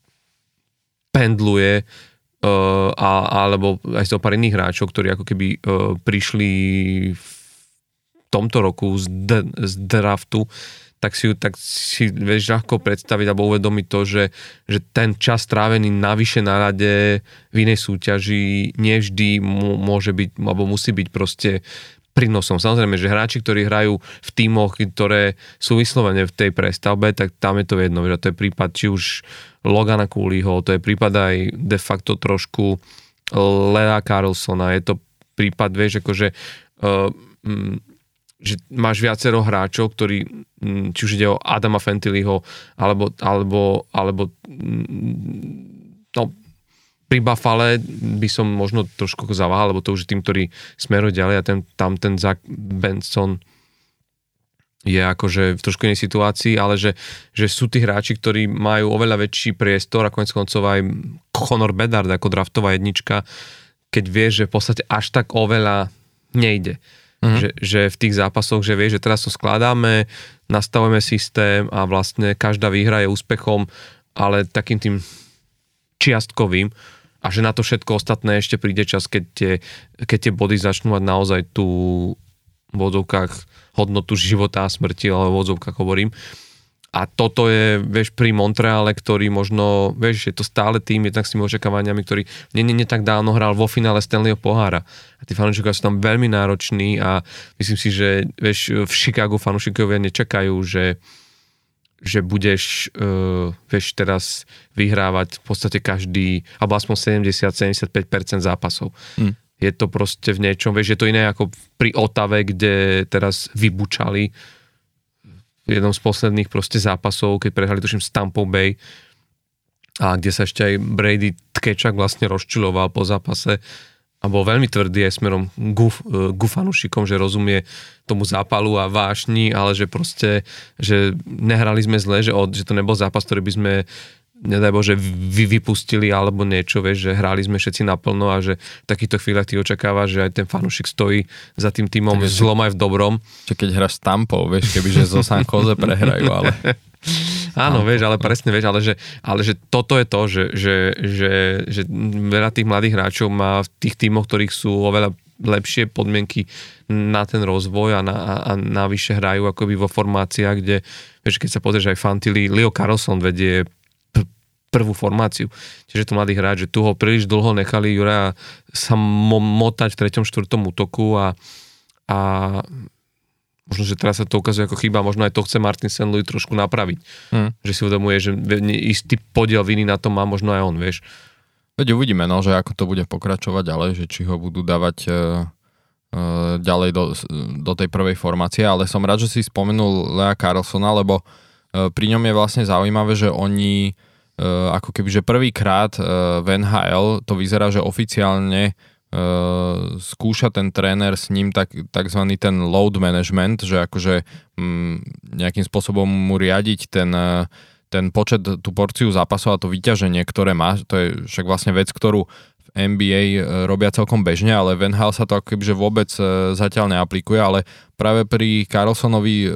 pendluje, uh, a, alebo aj zo pár iných hráčov, ktorí ako keby uh, prišli v tomto roku z, d- z draftu, tak si, tak si vieš ľahko predstaviť alebo uvedomiť to, že, že ten čas strávený navyše na rade v inej súťaži nevždy m- môže byť, alebo musí byť proste prínosom. Samozrejme, že hráči, ktorí hrajú v tímoch, ktoré sú vyslovene v tej prestavbe, tak tam je to jedno, že to je prípad či už Logana Cooleyho, to je prípad aj de facto trošku Lea Carlsona, je to prípad, vieš, akože uh, m, že máš viacero hráčov, ktorí, m, či už ide o Adama Fantilliho, alebo, alebo, alebo m, no, pri Buffale by som možno trošku zaváhal, lebo to už je tým, ktorý smeruje ďalej, a ten, tam ten Zach Benson je akože v trošku inej situácii, ale že, že sú tí hráči, ktorí majú oveľa väčší priestor a konec koncov aj Conor Bedard ako draftová jednička, keď vie, že v podstate až tak oveľa nejde. Mm-hmm. Že, že v tých zápasoch, že vie, že teraz to skladáme, nastavujeme systém a vlastne každá výhra je úspechom, ale takým tým čiastkovým a že na to všetko ostatné ešte príde čas, keď tie, keď tie body začnú mať naozaj tú v odzovkách hodnotu života a smrti, ale v odzovkách hovorím. A toto je, vieš, pri Montreale, ktorý možno, vieš, je to stále tým, jednak s tými očakávaniami, ktorý nie, nie, nie tak dávno hral vo finále Stanleyho pohára. A tí fanúšikovia sú tam veľmi nároční a myslím si, že vieš, v Chicagu fanúšikovia nečakajú, že, že budeš, uh, vieš, teraz vyhrávať v podstate každý, alebo aspoň sedemdesiat až sedemdesiatpäť percent zápasov. Hmm. Je to proste v niečom, vieš, je to iné ako pri Otave, kde teraz vybučali jednom z posledných proste zápasov, keď prehrali tuším s Tampa Bay a kde sa ešte aj Brady Tkečak vlastne rozčuloval po zápase a bol veľmi tvrdý aj smerom guf, gufanušikom, že rozumie tomu zápalu a vášni, ale že proste, že nehrali sme zle, že, od, že to nebol zápas, ktorý by sme nedaj Bože, vy vypustili alebo niečo, vieš, že hrali sme všetci naplno a že v takýchto chvíľach ty očakávaš, že aj ten fanúšik stojí za tým týmom v zlom aj v dobrom. Čo keď hráš s Tampou, vieš, kebyže zo San Jose prehrajú, ale... Áno, vieš, ale presne, vieš, ale že, ale že toto je to, že, že, že, že veľa tých mladých hráčov má v tých tímoch, ktorých sú oveľa lepšie podmienky na ten rozvoj a, na, a navyše hrajú akoby vo formáciách, kde, vieš, keď sa pozrieš aj Fantilli, Leo Carlson vedie prvú formáciu. Čiže to mladý hráč, že tu ho príliš dlho nechali Juraja sa mo- motať v treťom, štvrtom útoku a, a možno, že teraz sa to ukazuje ako chyba, možno aj to chce Martin Saint Louis trošku napraviť. Hmm. Že si uvedomuje, že istý podiel viny na to má možno aj on, vieš. Veď uvidíme, no, že ako to bude pokračovať ďalej, že či ho budú dávať uh, uh, ďalej do, do tej prvej formácie, ale som rád, že si spomenul Lea Carlsona, lebo uh, pri ňom je vlastne zaujímavé, že oni Uh, ako keby, že prvýkrát uh, v en há el to vyzerá, že oficiálne uh, skúša ten tréner s ním tak, takzvaný ten load management, že akože um, nejakým spôsobom mu riadiť ten, uh, ten počet, tú porciu zápasov a to vyťaženie, ktoré má. To je však vlastne vec, ktorú v en bí ej uh, robia celkom bežne, ale v en há el sa to ako kebyže vôbec uh, zatiaľ neaplikuje, ale práve pri Carlsonovi uh,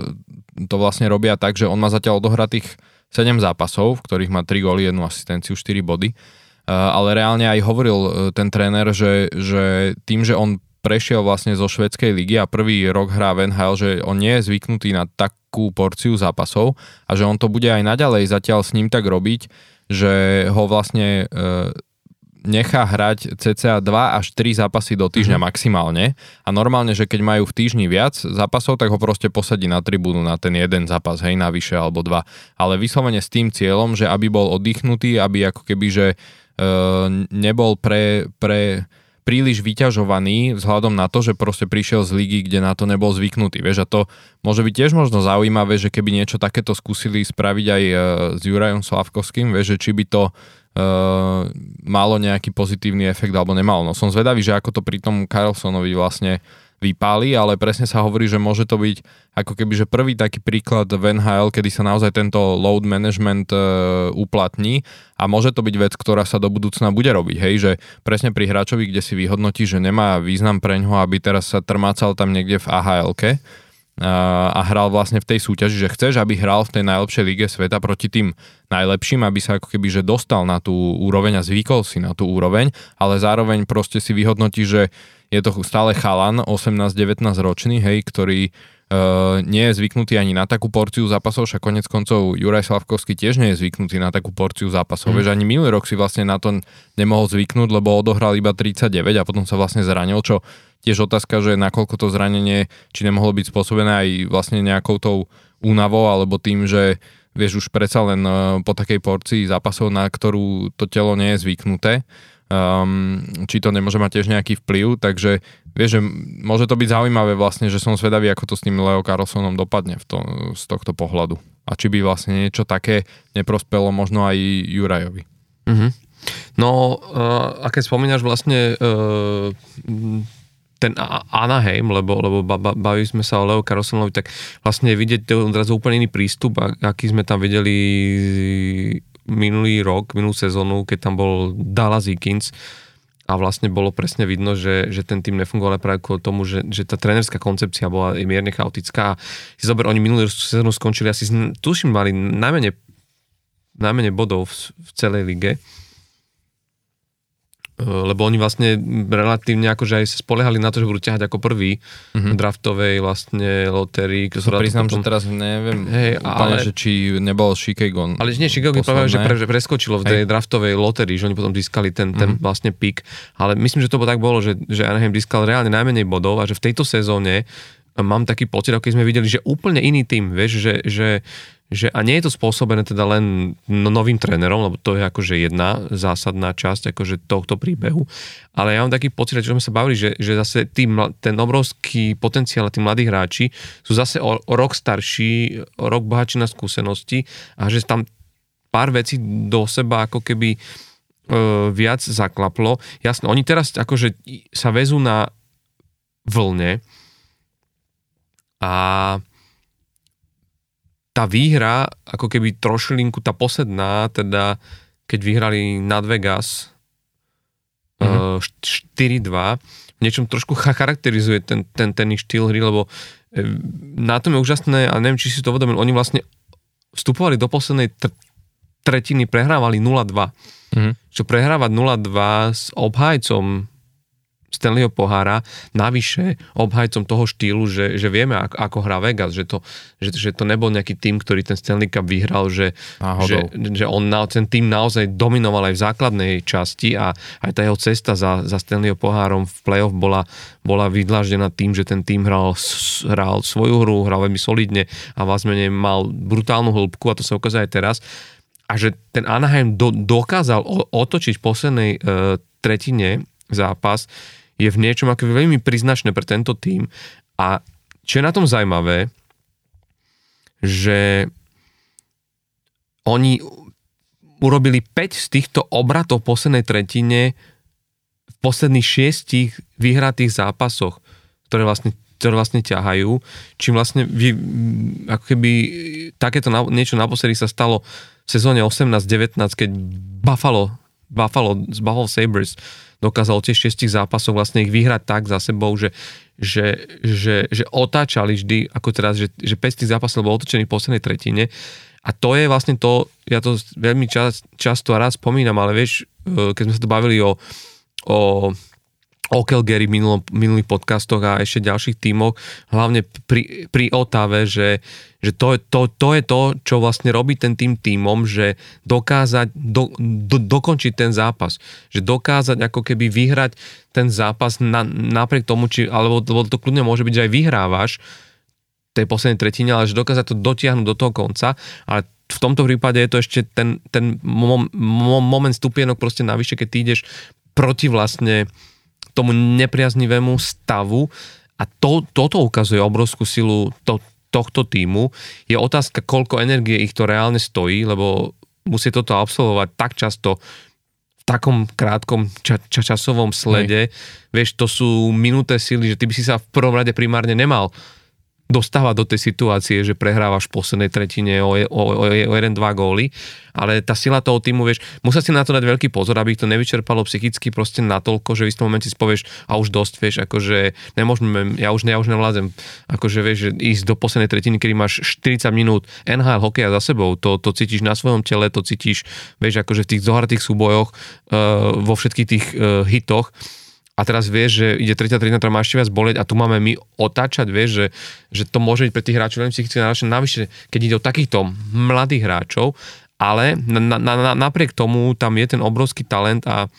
to vlastne robia tak, že on má zatiaľ odohratých sedem zápasov, v ktorých má tri góly, jednu asistenciu, štyri body. Uh, ale reálne aj hovoril uh, ten tréner, že, že tým, že on prešiel vlastne zo švédskej ligy a prvý rok hrá v en há el, že on nie je zvyknutý na takú porciu zápasov a že on to bude aj naďalej zatiaľ s ním tak robiť, že ho vlastne uh, nechá hrať cca dva až tri zápasy do týždňa mm-hmm. maximálne a normálne, že keď majú v týždni viac zápasov, tak ho proste posadí na tribúnu na ten jeden zápas, hej, navyše alebo dva. Ale vyslovene s tým cieľom, že aby bol oddychnutý, aby ako keby, že e, nebol pre, pre príliš vyťažovaný vzhľadom na to, že proste prišiel z ligy, kde na to nebol zvyknutý. Vieš, a to môže byť tiež možno zaujímavé, že keby niečo takéto skúsili spraviť aj e, s Jurajom Slavkovským, vieš, že či by to Uh, malo nejaký pozitívny efekt alebo nemalo. No som zvedavý, že ako to pri tom Carlsonovi vlastne vypáli, ale presne sa hovorí, že môže to byť ako keby, že prvý taký príklad v en há el, kedy sa naozaj tento load management uh, uplatní a môže to byť vec, ktorá sa do budúcna bude robiť. Hej, že presne pri hráčovi, kde si vyhodnotí, že nemá význam preňho, aby teraz sa trmácal tam niekde v á há elke, a hral vlastne v tej súťaži, že chceš, aby hral v tej najlepšej lige sveta proti tým najlepším, aby sa ako keby že dostal na tú úroveň a zvykol si na tú úroveň, ale zároveň proste si vyhodnotí, že je to stále chalan, osemnásť devätnásť ročný, hej, ktorý Uh, nie je zvyknutý ani na takú porciu zápasov, však konec koncov Juraj Slavkovský tiež nie je zvyknutý na takú porciu zápasov. Mm. Vieš, ani minulý rok si vlastne na to nemohol zvyknúť, lebo odohral iba tridsaťdeväť a potom sa vlastne zranil, čo tiež otázka, že nakoľko to zranenie, či nemohlo byť spôsobené aj vlastne nejakou tou únavou, alebo tým, že vieš, už predsa len uh, po takej porcii zápasov, na ktorú to telo nie je zvyknuté, um, či to nemôže mať tiež nejaký vplyv, takže vieš, že môže to byť zaujímavé vlastne, že som zvedavý, ako to s tým Leo Carlsonom dopadne v to, z tohto pohľadu. A či by vlastne niečo také neprospelo možno aj Jurajovi. Mm-hmm. No, uh, a keď spomínaš vlastne uh, ten Anaheim, lebo, lebo bavili sme sa o Leo Carlsonovi, tak vlastne vidieť odrazu úplne iný prístup, aký sme tam videli minulý rok, minulú sezónu, keď tam bol Dallas Eakins a vlastne bolo presne vidno, že, že ten tým nefungoval práve kvôli tomu, že, že tá trénerská koncepcia bola mierne chaotická. Si zober, oni minulú sezónu skončili asi, tuším, mali najmenej, najmenej bodov v, v celej lige, lebo oni vlastne relatívne akože aj sa spoliehali na to, že budú ťahať ako prvý mm-hmm. draftovej vlastne lotérii. Priznám, potom... že teraz neviem hey, úplne, ale... že či nebol Chicago. Ale nie, Chicago práve, že pre, preskočilo v tej draftovej lotérii, že oni potom získali ten, ten mm-hmm. vlastne pick. Ale myslím, že to tak bolo, že, že Anaheim získal reálne najmenej bodov a že v tejto sezóne mám taký pocit, ako keď sme videli, že úplne iný tým, vieš, že, že Že, a nie je to spôsobené teda len no, novým trénerom, lebo to je akože jedna zásadná časť akože tohto príbehu, ale ja mám taký pocit, že sme sa bavili, že, že zase tý, ten obrovský potenciál tí mladí hráči sú zase o, o rok starší, o rok bohatší na skúsenosti a že tam pár vecí do seba ako keby e, viac zaklaplo. Jasné, oni teraz akože sa vezú na vlne a tá výhra, ako keby trošilinku, tá posledná, teda keď vyhrali nad Vegas mm-hmm. štyri dva, v niečom trošku charakterizuje ten, ten, ten ich štýl hry, lebo na tom je úžasné, a neviem, či si to uvedomili, oni vlastne vstupovali do poslednej tr- tretiny, prehrávali nula dva. Mm-hmm. Čo prehrávať nula dva s obhajcom Stanleyho pohára, navyše obhajcom toho štýlu, že, že vieme, ako, ako hrá Vegas, že to, že, že to nebol nejaký tým, ktorý ten Stanley Cup vyhral, že, že, že on na, ten tým naozaj dominoval aj v základnej časti a aj tá jeho cesta za, za Stanleyho pohárom v play-off bola, bola vydláždená tým, že ten tým hral, hral svoju hru, hral veľmi solidne a vlastne mal brutálnu hĺbku a to sa ukazuje aj teraz. A že ten Anaheim do, dokázal o, otočiť v poslednej e, tretine zápas, je v niečom ako veľmi príznačné pre tento tím. A čo je na tom zaujímavé, že oni urobili päť z týchto obratov v poslednej tretine v posledných šiestich vyhratých zápasoch, ktoré vlastne, ktoré vlastne ťahajú, čím vlastne vy, ako keby takéto na, niečo naposledy sa stalo v sezóne osemnásť devätnásť, keď Buffalo, Buffalo z Buffalo Sabres dokázal tie šiestich zápasov vlastne ich vyhrať tak za sebou, že, že, že, že otáčali vždy, ako teraz, že, že päť tých zápasov bol otočený v poslednej tretine. A to je vlastne to, ja to veľmi čas, často a raz spomínam, ale vieš, keď sme sa to bavili o, o, o Calgary v minulom, minulých podcastoch a ešte ďalších tímoch, hlavne pri, pri Ottave, že, že to, to, to je to, čo vlastne robí ten tým tímom, že dokázať do, do, dokončiť ten zápas. Že dokázať ako keby vyhrať ten zápas na, napriek tomu, či, alebo to kľudne môže byť, že aj vyhrávaš tej poslednej tretine, ale že dokázať to dotiahnuť do toho konca, ale v tomto prípade je to ešte ten, ten mom, mom, moment stupienok proste navyše, keď ty ideš proti vlastne tomu nepriaznivému stavu a to, toto ukazuje obrovskú silu to, tohto tímu. Je otázka, koľko energie ich to reálne stojí, lebo musí toto absolvovať tak často v takom krátkom ča, ča, časovom slede. Nej. Vieš, to sú minuté sily, že ty by si sa v prvom rade primárne nemal dostávať do tej situácie, že prehrávaš v poslednej tretine o, o, o, o jeden dva góly, ale tá sila toho týmu, vieš, musia si na to dať veľký pozor, aby ich to nevyčerpalo psychicky proste natoľko, že v istom momente si povieš, a už dosť, vieš, akože nemôžeme, ja už, ja už nevládzem, akože vieš, že ísť do poslednej tretiny, kedy máš štyridsať minút en há el hokeja za sebou, to, to cítiš na svojom tele, to cítiš, vieš, akože v tých zohratých súbojoch, uh, vo všetkých tých uh, hitoch. A teraz vieš, že ide tretia tretina, ktorá má ešte viac boleť a tu máme my otáčať, vieš, že, že to môže byť pre tých hráčov veľmi psychicky náročné, navyše, keď ide o takýchto mladých hráčov, ale na, na, na, napriek tomu tam je ten obrovský talent a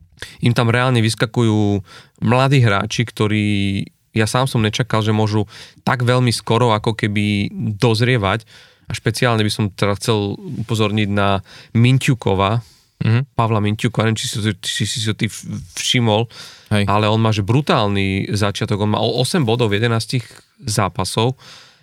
im tam reálne vyskakujú mladí hráči, ktorí ja sám som nečakal, že môžu tak veľmi skoro ako keby dozrievať a špeciálne by som teda chcel upozorniť na Minťukova, Mm-hmm. Pavla Minťuka, neviem, či si, či si si ty všimol, hej, ale on má že brutálny začiatok, on má osem bodov v jedenástich zápasov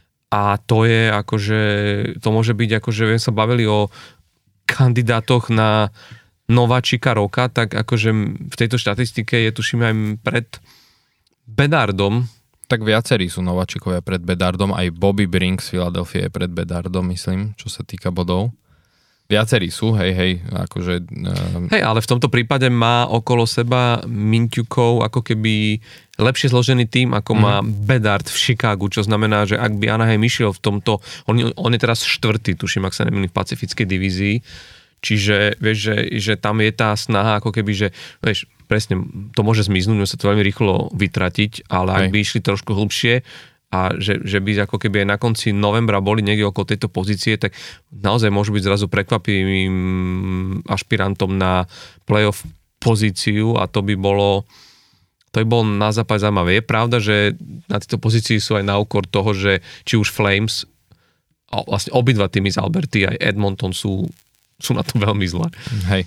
a to je akože, to môže byť akože, viem sa bavili o kandidátoch na nováčika roka, tak akože v tejto štatistike je tuším aj pred Bedardom. Tak viacerí sú nováčikovia pred Bedardom, aj Bobby Brink z Philadelphia je pred Bedardom, myslím, čo sa týka bodov. Viacerí sú, hej, hej, akože... Uh... Hej, ale v tomto prípade má okolo seba Minťukov ako keby lepšie zložený tým, ako mm-hmm. má Bedard v Chicagu, čo znamená, že ak by Anaheim išiel v tomto... On, on je teraz štvrtý, tuším, ak sa nemýlim, v pacifickej divízii, čiže vieš, že, že tam je tá snaha ako keby, že vieš, presne, to môže zmiznúť, môže sa to veľmi rýchlo vytratiť, ale ak by išli trošku hlbšie a že, že by ako keby aj na konci novembra boli niekde okolo tejto pozície, tak naozaj môžu byť zrazu prekvapivým ašpirantom na playoff pozíciu a to by bolo to by bolo na západ zaujímavé. Je pravda, že na tejto pozícii sú aj na úkor toho, že či už Flames, vlastne obidva týmy z Alberty aj Edmonton sú, sú na to veľmi zle. Hej.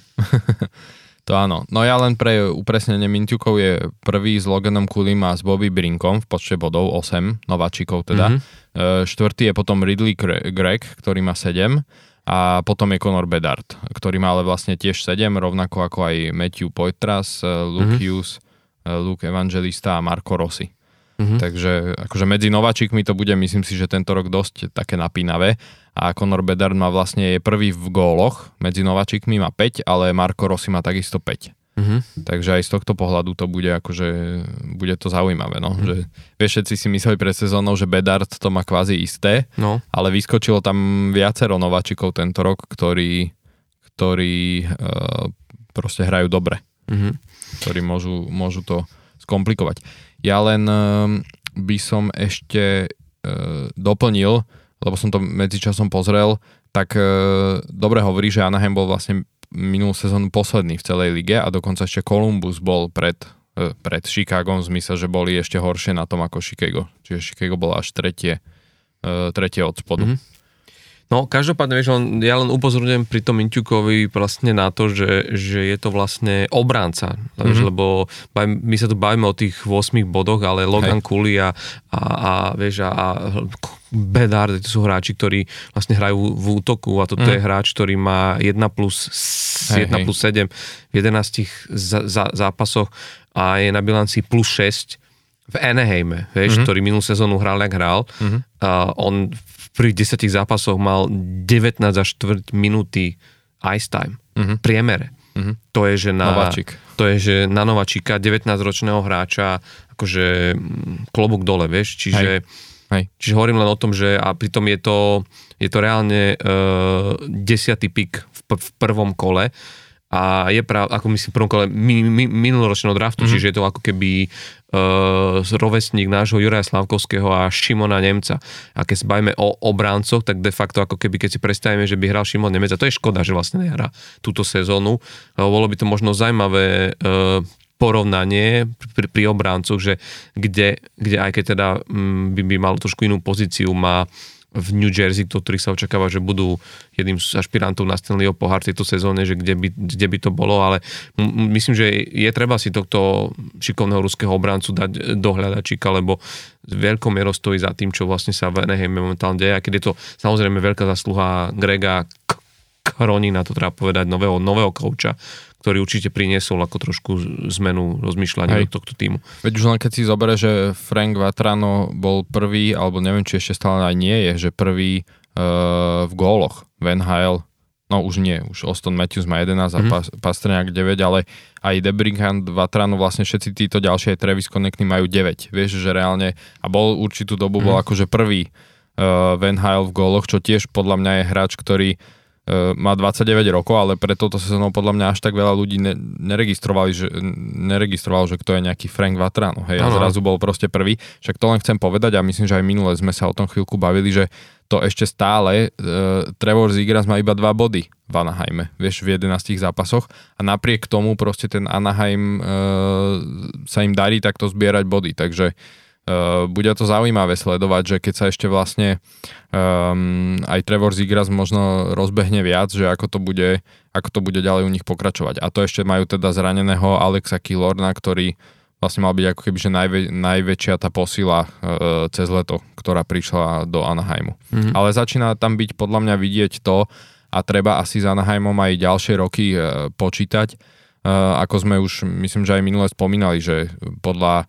To áno. No ja len pre upresnenie Minťukov je prvý s Loganom Cooleyom a s Bobby Brinkom v počte bodov, osem nováčikov teda. Mm-hmm. Štvrtý je potom Ridley Gregg, ktorý má sedem a potom je Connor Bedard, ktorý má ale vlastne tiež sedem, rovnako ako aj Matthew Poitras, Luke mm-hmm. Hughes, Luke Evangelista a Marco Rossi. Mm-hmm. Takže akože medzi nováčikmi to bude, myslím si, že tento rok dosť také napínavé. A Connor Bedard má vlastne je prvý v góloch, medzi nováčikmi má päť, ale Marco Rossi má takisto päť. Mm-hmm. Takže aj z tohto pohľadu to bude akože, bude to zaujímavé, no. Mm-hmm. Že, vieš, všetci si mysleli pred sezónou, že Bedard to má kvázi isté, no. Ale vyskočilo tam viacero nováčikov tento rok, ktorí, ktorí uh, proste hrajú dobre. Mm-hmm. Ktorí môžu, môžu to skomplikovať. Ja len uh, by som ešte uh, doplnil, lebo som to medzičasom pozrel, tak e, dobre hovorí, že Anaheim bol vlastne minulú sezónu posledný v celej lige a dokonca ešte Columbus bol pred, e, pred Chicagom v zmysle, že boli ešte horšie na tom ako Chicago. Čiže Chicago bolo až tretie, e, tretie od spodu. Mm-hmm. No, každopádne, vieš, len, ja len upozorňujem pri tom Minťukovi vlastne na to, že, že je to vlastne obránca, mm-hmm. vieš, lebo my sa tu bavíme o tých ôsmich bodoch, ale Logan Cooley a, a, a, vieš, a, a Bedard, to sú hráči, ktorí vlastne hrajú v útoku a toto mm. je hráč, ktorý má jeden plus, hej, jeden plus sedem v jedenástich za, za, zápasoch a je na bilancii plus šesť v Anaheime, vieš, mm-hmm. ktorý minulú sezónu hral, jak hral. Mm-hmm. Uh, on v prvých desiatich zápasoch mal devätnásť až štvrť minúty ice time. Mm-hmm. Priemere. Mm-hmm. To je, že na Nováčik. To je, že na nováčika, devätnásťročného hráča, akože klobúk dole, vieš, čiže Hej. Hej. Čiže hovorím len o tom, že a pritom je to, je to reálne uh, desiatý pik v, v prvom kole a je práve, ako myslím, v prvom kole mi, mi, minuloročného draftu, mm-hmm. čiže je to ako keby uh, rovesník nášho Juraja Slavkovského a Šimona Nemca. A keď sa bavíme o obráncoch, tak de facto ako keby, keď si predstavíme, že by hral Šimon Nemec, a to je škoda, že vlastne nehrá túto sezónu, lebo bolo by to možno zaujímavé uh, porovnanie pri, pri obráncoch, že kde, kde aj keď teda m, by, by mal trošku inú pozíciu, má v New Jersey, do ktorých sa očakáva, že budú jedným z ašpirantov na Stanleyho pohár tejto sezóne, že kde by, kde by to bolo, ale m- myslím, že je treba si tohto šikovného ruského obráncu dať do hľadačíka, lebo veľkou mierou stojí za tým, čo vlastne sa v Anaheime momentálne deje, a keď je to samozrejme veľká zasluha Grega Kronina, to treba povedať, nového, nového kouča, ktorý určite priniesol ako trošku zmenu rozmýšľania do tohto týmu. Veď už len keď si zoberie, že Frank Vatrano bol prvý, alebo neviem, či ešte stále aj nie je, že prvý uh, v góloch. Van Hale, no už nie, už Auston Matthews má jedenásť mm-hmm. a Pas- Pastrňák deväť, ale aj DeBrincat, Vatrano, vlastne všetci títo ďalšie, aj Travis Konechny majú deväť. Vieš, že reálne, a bol určitú dobu, mm-hmm. bol akože prvý uh, Van Hale v góloch, čo tiež podľa mňa je hráč, ktorý má dvadsaťdeväť rokov, ale pre touto sezónou podľa mňa až tak veľa ľudí ne, neregistrovali, že, neregistrovalo, že kto je nejaký Frank Vatrano. Hej, a zrazu bol proste prvý. Však to len chcem povedať a myslím, že aj minule sme sa o tom chvíľku bavili, že to ešte stále uh, Trevor Zegras má iba dva body v Anaheime, vieš, v jedenástich zápasoch a napriek tomu proste ten Anaheim uh, sa im darí takto zbierať body, takže Uh, bude to zaujímavé sledovať, že keď sa ešte vlastne um, aj Trevor Zegras možno rozbehne viac, že ako to bude, ako to bude ďalej u nich pokračovať. A to ešte majú teda zraneného Alexa Killorna, ktorý vlastne mal byť ako keby že najvä, najväčšia tá posila uh, cez leto, ktorá prišla do Anaheimu. Mm-hmm. Ale začína tam byť podľa mňa vidieť to a treba asi s Anaheimom aj ďalšie roky uh, počítať. Uh, ako sme už, myslím, že aj minule spomínali, že podľa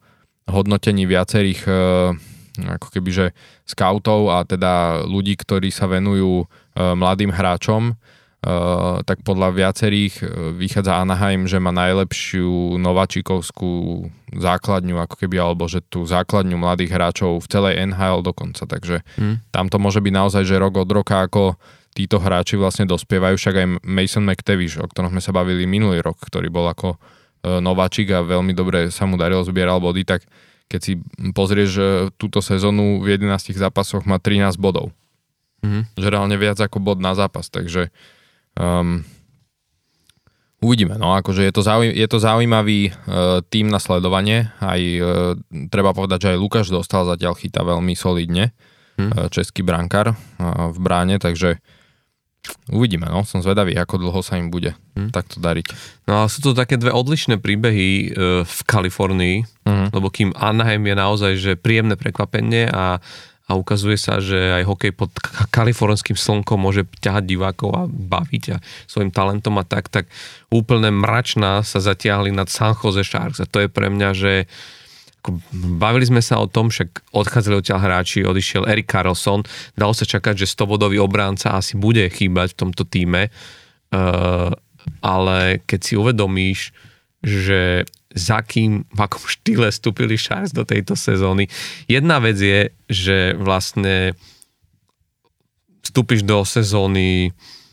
hodnotení viacerých ako keby, že scoutov a teda ľudí, ktorí sa venujú mladým hráčom, tak podľa viacerých vychádza Anaheim, že má najlepšiu nováčikovskú základňu, ako keby, alebo že tú základňu mladých hráčov v celej en há el dokonca, takže hmm. tam to môže byť naozaj, že rok od roka, ako títo hráči vlastne dospievajú, však aj Mason McTavish, o ktorom sme sa bavili minulý rok, ktorý bol ako nováčik a veľmi dobre sa mu darilo, zbieral body, tak keď si pozrieš túto sezónu v jedenástich zápasoch má trinásť bodov. Hmm. Že reálne viac ako bod na zápas, takže Um, uvidíme, no akože je to, zauj- je to zaujímavý uh, tým na sledovanie, aj uh, treba povedať, že aj Lukáš dostal zatiaľ chyta veľmi solidne, hmm. uh, český brankár uh, v bráne, takže uvidíme, no, som zvedavý, ako dlho sa im bude hmm. takto dariť. No a sú to také dve odlišné príbehy uh, v Kalifornii, hmm. lebo kým Anaheim je naozaj, že príjemné prekvapenie a a ukazuje sa, že aj hokej pod kalifornským slnkom môže ťahať divákov a baviť a svojim talentom a tak, tak úplne mračná sa zatiahli nad San Jose Sharks a to je pre mňa, že ako, bavili sme sa o tom, však odchádzali odtiaľ hráči, odišiel Erik Karlsson, dalo sa čakať, že stobodový obránca asi bude chýbať v tomto tíme, uh, ale keď si uvedomíš, že za kým, v akom štýle vstúpili Sharks do tejto sezóny. Jedna vec je, že vlastne vstúpiš do sezóny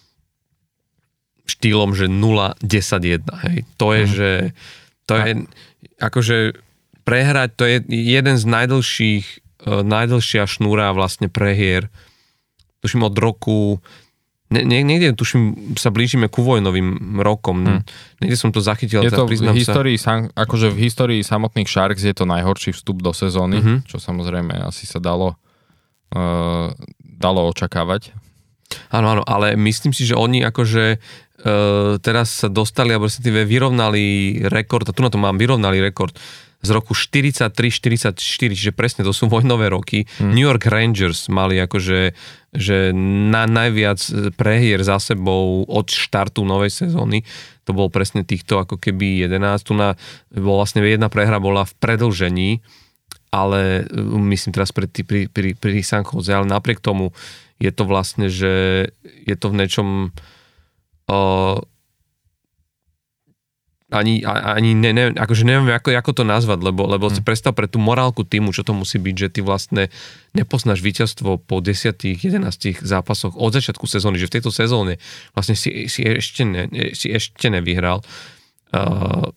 štýlom, že nula desať jeden. Hej. To je, mm. že to je, akože prehrať, to je jeden z najdlhších, najdlhšia šnúra vlastne prehier. Tuším od roku Ne, niekde, tuším, sa blížime ku vojnovým rokom. Hmm. Niekde som to zachytil. Je to v histórii, sa... akože v histórii samotných Sharks je to najhorší vstup do sezóny, mm-hmm. čo samozrejme asi sa dalo, uh, dalo očakávať. Áno, áno, ale myslím si, že oni akože uh, teraz sa dostali, alebo respektíve vyrovnali rekord, a tu na to mám, vyrovnali rekord z roku štyridsaťtri štyridsaťštyri, čiže presne to sú vojnové roky. Hmm. New York Rangers mali akože že na najviac prehier za sebou od štartu novej sezóny. To bol presne týchto ako keby jedenásť. Tu na, bol vlastne jedna prehra bola v predĺžení, ale myslím teraz pri, pri, pri, pri San Jose, ale napriek tomu je to vlastne, že je to v niečom uh, ani, ani ne, ne, akože neviem, ako, ako to nazvať, lebo, lebo hmm. si predstav pre tú morálku týmu, čo to musí byť, že ty vlastne nepoznáš víťazstvo po desiatich, jedenástich zápasoch od začiatku sezóny, že v tejto sezóne vlastne si, si, ešte, ne, si ešte nevyhral. Uh,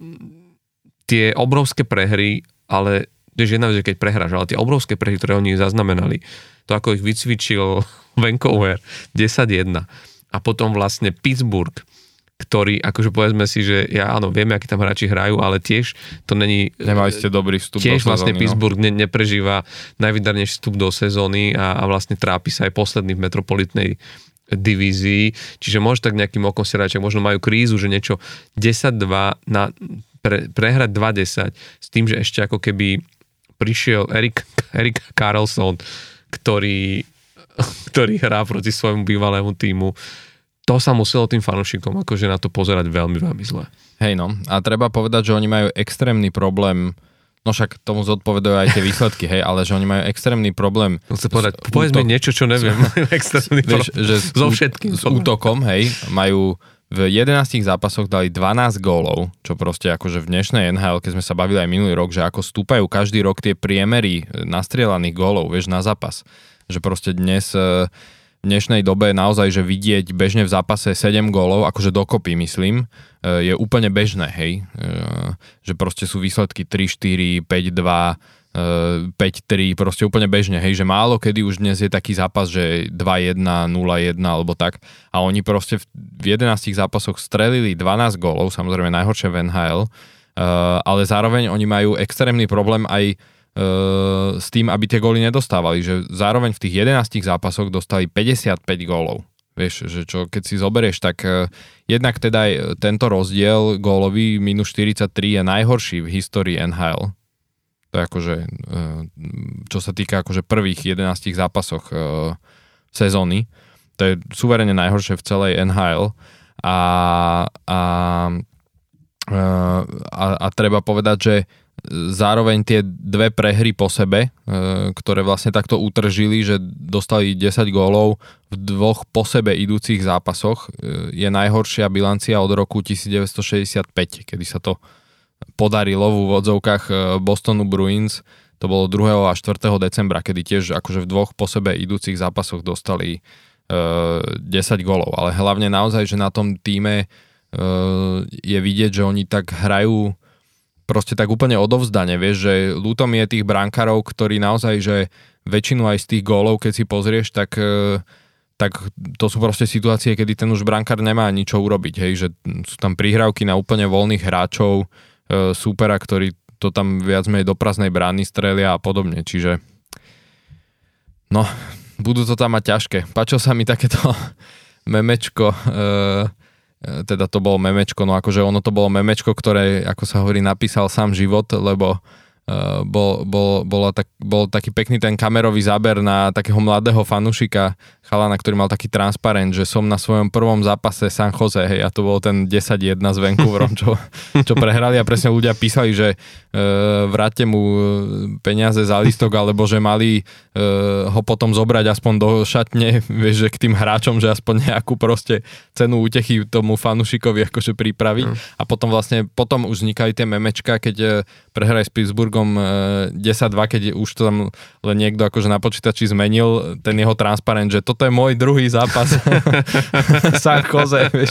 tie obrovské prehry, ale vieš, jedna vec, keď prehráš, ale tie obrovské prehry, ktoré oni zaznamenali, to ako ich vycvičil Vancouver desať jedna a potom vlastne Pittsburgh, ktorý, akože povedzme si, že ja áno, vieme, akí tam hráči hrajú, ale tiež to není... Nemali ste dobrý vstup tiež do vlastne sezóny, Pittsburgh no. ne, neprežíva najvydarnejší vstup do sezóny a, a vlastne trápi sa aj posledný v metropolitnej divízii. Čiže môže tak nejakým okom si rať, možno majú krízu, že niečo desať dva na pre, prehrať dva desať s tým, že ešte ako keby prišiel Erik, Erik Karlsson, ktorý, ktorý hrá proti svojmu bývalému tímu. To sa muselo tým fanúšikom akože na to pozerať veľmi, veľmi zle. Hej no, a treba povedať, že oni majú extrémny problém, no však tomu zodpovedajú aj tie výsledky, hej, ale že oni majú extrémny problém. Chcem povedať, povedz mi niečo, čo neviem. extrémny vieš, problém. Že so všetkým. S útokom, hej, majú v jedenástich zápasoch dali dvanásť gólov, čo proste akože v dnešnej en há el, keď sme sa bavili aj minulý rok, že ako stúpajú každý rok tie priemery nastrieľaných gólov, vieš, na zápas. Že proste dnes... v dnešnej dobe naozaj, že vidieť bežne v zápase sedem gólov, akože dokopy myslím, je úplne bežné, hej. Že proste sú výsledky tri štyri, päť dva, päť tri, proste úplne bežne, hej. Že málo kedy už dnes je taký zápas, že dva jedna, nula jedna alebo tak. A oni proste v jedenástich zápasoch strelili dvanásť gólov, samozrejme najhoršie v en há el, ale zároveň oni majú extrémny problém aj s tým, aby tie góly nedostávali, že zároveň v tých jedenástich zápasoch dostali päťdesiatpäť gólov. Vieš, že čo, keď si zoberieš, tak uh, jednak teda aj tento rozdiel gólový minus štyridsaťtri je najhorší v histórii en há el. To je akože, uh, čo sa týka akože prvých jedenástich zápasoch uh, sezóny. To je suverene najhoršie v celej en há el. A, a, uh, a, a treba povedať, že zároveň tie dve prehry po sebe, ktoré vlastne takto utržili, že dostali desať gólov v dvoch po sebe idúcich zápasoch, je najhoršia bilancia od roku devätnásťstošesťdesiatpäť, kedy sa to podarilo v úvodzovkách Bostonu Bruins. To bolo druhého a štvrtého decembra, kedy tiež akože v dvoch po sebe idúcich zápasoch dostali desať gólov. Ale hlavne naozaj, že na tom týme je vidieť, že oni tak hrajú proste tak úplne odovzdane, vieš, že ľúto mi je tých brankárov, ktorí naozaj, že väčšinu aj z tých gólov, keď si pozrieš, tak, tak to sú proste situácie, kedy ten už brankár nemá ničo urobiť, hej, že sú tam prihrávky na úplne voľných hráčov, súpera, ktorí to tam viac menej do prázdnej brány strelia a podobne, čiže no, budú to tam mať ťažké. Páčilo sa mi takéto memečko, e- teda to bolo memečko, no akože ono to bolo memečko, ktoré, ako sa hovorí, napísal sám život, lebo uh, bol, bol, bol, tak, bol taký pekný ten kamerový záber na takého mladého fanúšika, chalana, ktorý mal taký transparent, že som na svojom prvom zápase San Jose, hej, a to bol ten desať jedna s Vancouverom, čo, čo prehrali a presne ľudia písali, že uh, vráťte mu peniaze za lístok, alebo že mali uh, ho potom zobrať aspoň do šatne, vieš, že k tým hráčom, že aspoň nejakú proste cenu útechy tomu fanúšikovi akože pripraviť. Mm. A potom vlastne, potom už vznikali tie memečka, keď uh, prehrali s Pittsburghom uh, desať dva, keď už to tam len niekto akože na počítači zmenil, ten jeho transparent, že toto je môj druhý zápas San Jose, vieš,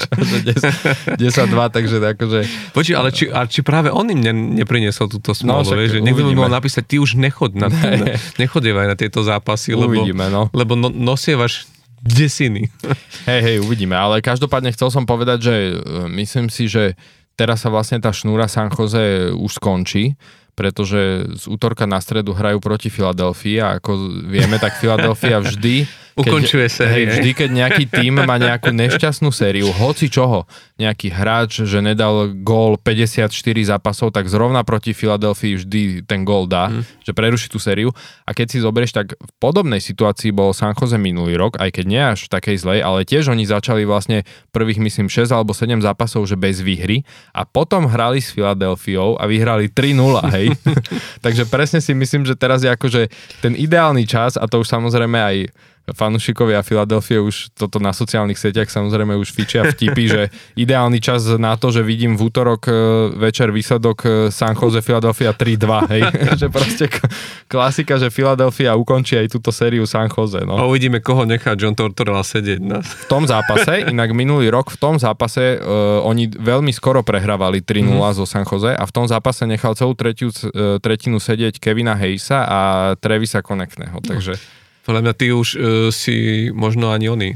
desať dva, takže akože... Počuj, ale či, ale či práve on im ne, nepriniesol túto smolu, no, vieš, že niekto by mohol napísať, ty už nechod na, na, nechodievaj na tieto zápasy, lebo, uvidíme, no. lebo no, nosievaš desiny. Hej, hej, uvidíme, ale každopádne chcel som povedať, že myslím si, že teraz sa vlastne tá šnúra San Jose už skončí, pretože z útorka na stredu hrajú proti Filadelfii a ako vieme, tak Filadelfia vždy ukončuje sa. Hej, vždy, keď nejaký tím má nejakú nešťastnú sériu, hoci čoho, nejaký hráč, že nedal gól päťdesiatštyri zápasov, tak zrovna proti Filadelfii vždy ten gól dá, hmm. že preruší tú sériu. A keď si zoberieš, tak v podobnej situácii bol San Jose minulý rok, aj keď nie až v takej zlej, ale tiež oni začali vlastne prvých, myslím, šesť alebo sedem zápasov, že bez výhry a potom hrali s Filadelfiou a vyhrali tri nula, hej. Takže presne si myslím, že teraz je akože ten ideálny čas, a to už samozrejme aj fanúšikovia Filadelfie už toto na sociálnych sieťach samozrejme už fičia vtipy, že ideálny čas na to, že vidím v útorok večer výsledok San Jose Philadelphia tri dva, hej, že proste klasika, že Philadelphia ukončí aj túto sériu San Jose, no. A uvidíme, koho nechá John Tortorella sedieť. No. V tom zápase, inak minulý rok v tom zápase uh, oni veľmi skoro prehrávali tri nula mm-hmm. zo San Jose a v tom zápase nechal celú tretiu, uh, tretinu sedieť Kevina Hayesa a Travisa Connectného, takže podľa mňa ty už uh, si možno ani oni,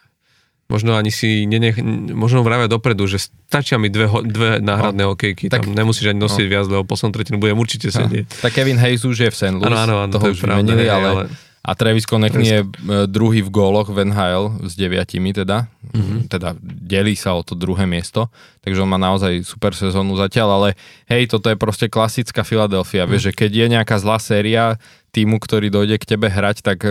možno ani si nenech, možno vravia dopredu, že stačia mi dve, dve náhradné no, hokejky, tak, tam nemusíš ani nosiť no. viac, lebo poslednú tretinu budem určite sedieť. No, tak Kevin Hayes už je v Saint Louis, ano, ano, ano, toho to už vymenili, ale, ale... a Travis Konechny je druhý v góloch v en há el s deviatimi teda, mm-hmm. teda delí sa o to druhé miesto, takže on má naozaj super sezónu zatiaľ, ale hej, toto je proste klasická Philadelphia, mm. vieš, že keď je nejaká zlá séria týmu, ktorý dojde k tebe hrať, tak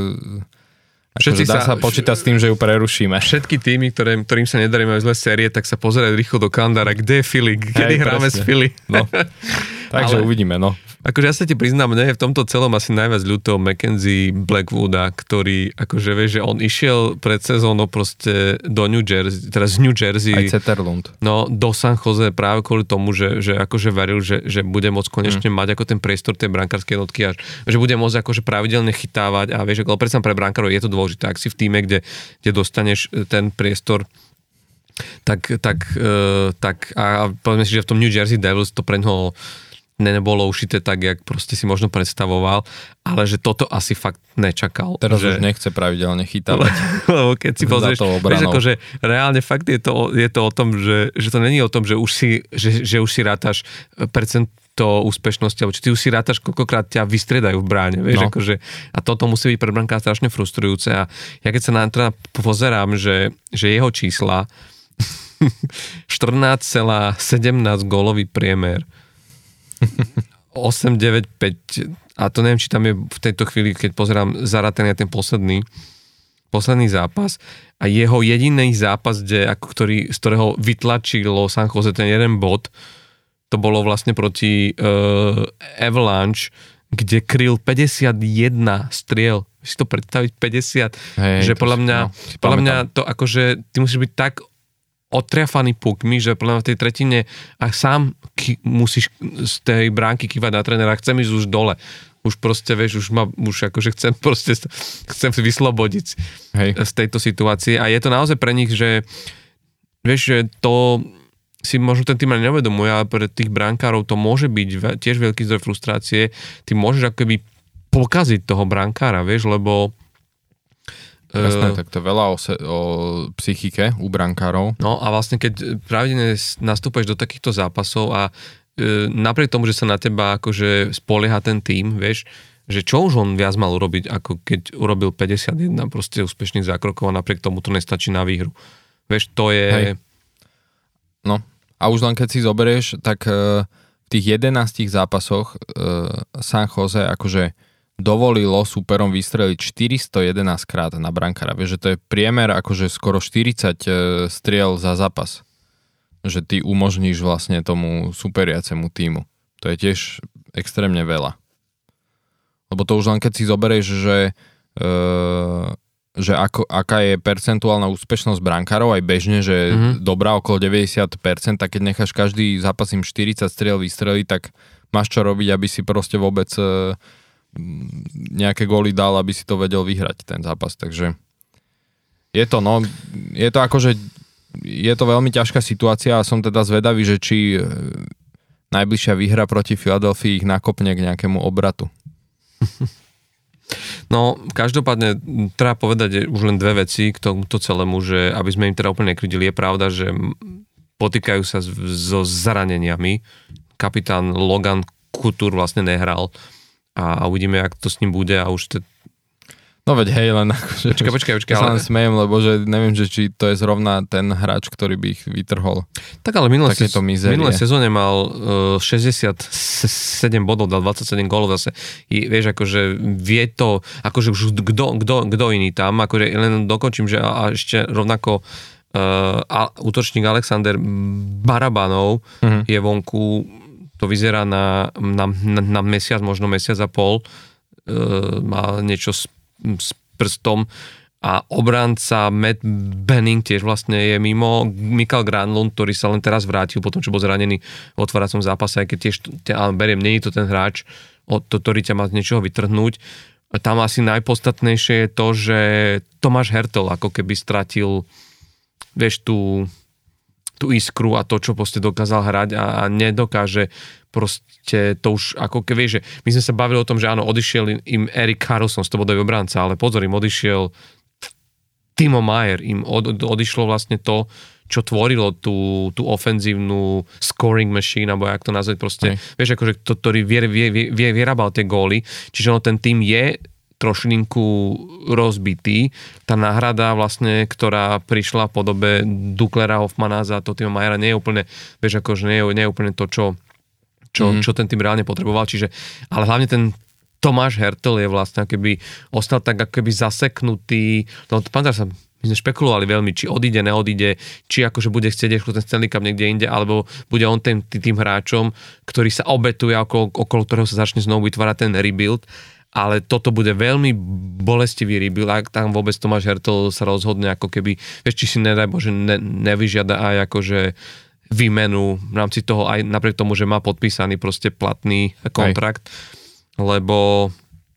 všetci dá sa, sa počítať s tým, že ju prerušíme. Všetky týmy, ktoré, ktorým sa nedarí majú zlé série, tak sa pozerajú rýchlo do kalendára, kde je Philly, kedy hej, hráme presne. S Philly. No. Takže ale uvidíme, no. Akože ja sa ti priznám, mne je v tomto celom asi najviac ľúto Mackenzie Blackwooda, ktorý, akože vieš, že on išiel pred sezónou proste do New Jersey, teraz z New Jersey. Aj Zetterlund. No, do San Jose práve kvôli tomu, že, že akože veril, že, že bude môcť konečne mm. mať ako ten priestor tej brankárskej jednotky a že bude môcť akože pravidelne chytávať a vieš, ale predsa pre brankárov je to dôležité, ak si v týme, kde, kde dostaneš ten priestor, tak, tak, uh, tak a povedzme si, že v tom New Jersey Devils to pre ňoho nebolo ušité tak, jak proste si možno predstavoval, ale že toto asi fakt nečakal. Teraz že... už nechce pravidelne chytávať. Lebo keď si pozrieš, vieš, akože reálne fakt je to, je to o tom, že, že to není o tom, že už si, že, že už si rátaš percento úspešnosti, alebo či ty už si rátaš, koľkokrát ťa vystriedajú v bráne, vieš, no. akože, a toto musí byť pre brankára strašne frustrujúce a ja keď sa na to pozerám, že, že jeho čísla štrnásť celá sedemnásť gólový priemer osem deväť päť a to neviem, či tam je v tejto chvíli, keď pozerám zarátaný ten posledný posledný zápas a jeho jediný zápas, kde, ako ktorý, z ktorého vytlačilo San Jose ten jeden bod, to bolo vlastne proti uh, Avalanche, kde kryl päťdesiatjeden striel. Si to predstaviť päťdesiat, Hej, že podľa mňa, no, podľa mňa to akože, ty musíš byť tak otriafaný pukmi, že podľa mňa v tej tretine a sám ky- musíš z tej bránky kývať na trénera, chcem ísť už dole. Už proste, vieš, už ma, už akože chcem proste, chcem vyslobodiť Hej. z tejto situácie a je to naozaj pre nich, že vieš, že to si možno ten tým ani neuvedomuje, ale pre tých brankárov to môže byť tiež veľký zdroj frustrácie. Ty môžeš akoby pokaziť toho brankára, vieš, lebo Jasné, uh, tak to je veľa o, se, o psychike u brankárov. No a vlastne keď pravidelne nastúpaš do takýchto zápasov a uh, napriek tomu, že sa na teba akože spolieha ten tým, vieš, že čo už on viac mal urobiť, ako keď urobil päťdesiatjeden proste úspešných zákrokov a napriek tomu to nestačí na výhru. Vieš, to je... Hej. No, a už len keď si zoberieš, tak uh, v tých jedenástich zápasoch uh, San Jose akože dovolilo súperom vystreliť štyristojedenásť krát na brankára. Vieš, že to je priemer akože skoro štyridsať uh, striel za zápas. Že ty umožníš vlastne tomu superiacemu týmu. To je tiež extrémne veľa. Lebo to už len keď si zoberieš, že uh, že ako, aká je percentuálna úspešnosť brankárov aj bežne, že mm-hmm. dobrá okolo deväťdesiat percent, tak keď necháš každý zápas im štyridsať striel vystreliť, tak máš čo robiť, aby si proste vôbec e, nejaké góly dal, aby si to vedel vyhrať ten zápas, takže je to no, je to akože je to veľmi ťažká situácia a som teda zvedavý, že či e, najbližšia výhra proti Filadelfii ich nakopne k nejakému obratu. No, každopádne treba povedať už len dve veci k tomuto celému, že aby sme im teda úplne nekrytili, je pravda, že potýkajú sa so zraneniami. Kapitán Logan Couture vlastne nehral a, a uvidíme, jak to s ním bude a už te... No veď hej, len akože... Počkaj, počkaj, počkaj. Ja sa len smejem, lebo že neviem, že či to je zrovna ten hráč, ktorý by ich vytrhol. Tak ale minulé, sez... minulé sezóne mal uh, šesťdesiatsedem bodov, dal dvadsaťsedem gólov zase. I, vieš, akože vie to, akože už kto, kto, kto iný tam, akože len dokončím, že a, a ešte rovnako uh, útočník Alexander Barabanov uh-huh. je vonku, to vyzerá na, na, na, na mesiac, možno mesiac a pol, uh, má niečo s s prstom a obranca Matt Benning tiež vlastne je mimo. Mikael Granlund, ktorý sa len teraz vrátil potom, čo bol zranený v otváracom zápase, aj keď tiež, ale beriem, nie je to ten hráč, ktorý ťa má z niečoho vytrhnúť. Tam asi najpodstatnejšie je to, že Tomáš Hertl ako keby stratil, vieš, tú, tú iskru a to, čo proste dokázal hrať a, a nedokáže proste to už ako keby, že my sme sa bavili o tom, že áno, odišiel im Erik Karlsson, stobodový obranca, ale pozor, im odišiel Timo Meier, im od, odišlo vlastne to, čo tvorilo tú, tú ofenzívnu scoring machine, alebo jak to nazvať proste, Aj. vieš, akože to, ktorý vie, vie, vie, vyrábal tie góly, čiže no, ten tým je trošlinku rozbitý. Tá náhrada vlastne, ktorá prišla v podobe Duklera, Hoffmana za to Timo Meiera, nie je úplne, vieš, akože nie je, nie je úplne to, čo Čo, mm. čo ten tým reálne potreboval, čiže, ale hlavne ten Tomáš Hertl je vlastne keby ostal tak ako keby zaseknutý, no pamätáš sa, my sme špekulovali veľmi, či odíde, neodíde, či akože bude chcieť ešte ten Stanley Cup niekde inde, alebo bude on tým, tým hráčom, ktorý sa obetuje, okolo, okolo ktorého sa začne znovu vytvárať ten rebuild, ale toto bude veľmi bolestivý rebuild, ak tam vôbec Tomáš Hertl sa rozhodne ako keby, vieš, či si nedaj Bože ne, nevyžiada aj akože výmenu v rámci toho, aj napriek tomu, že má podpísaný proste platný kontrakt, aj. lebo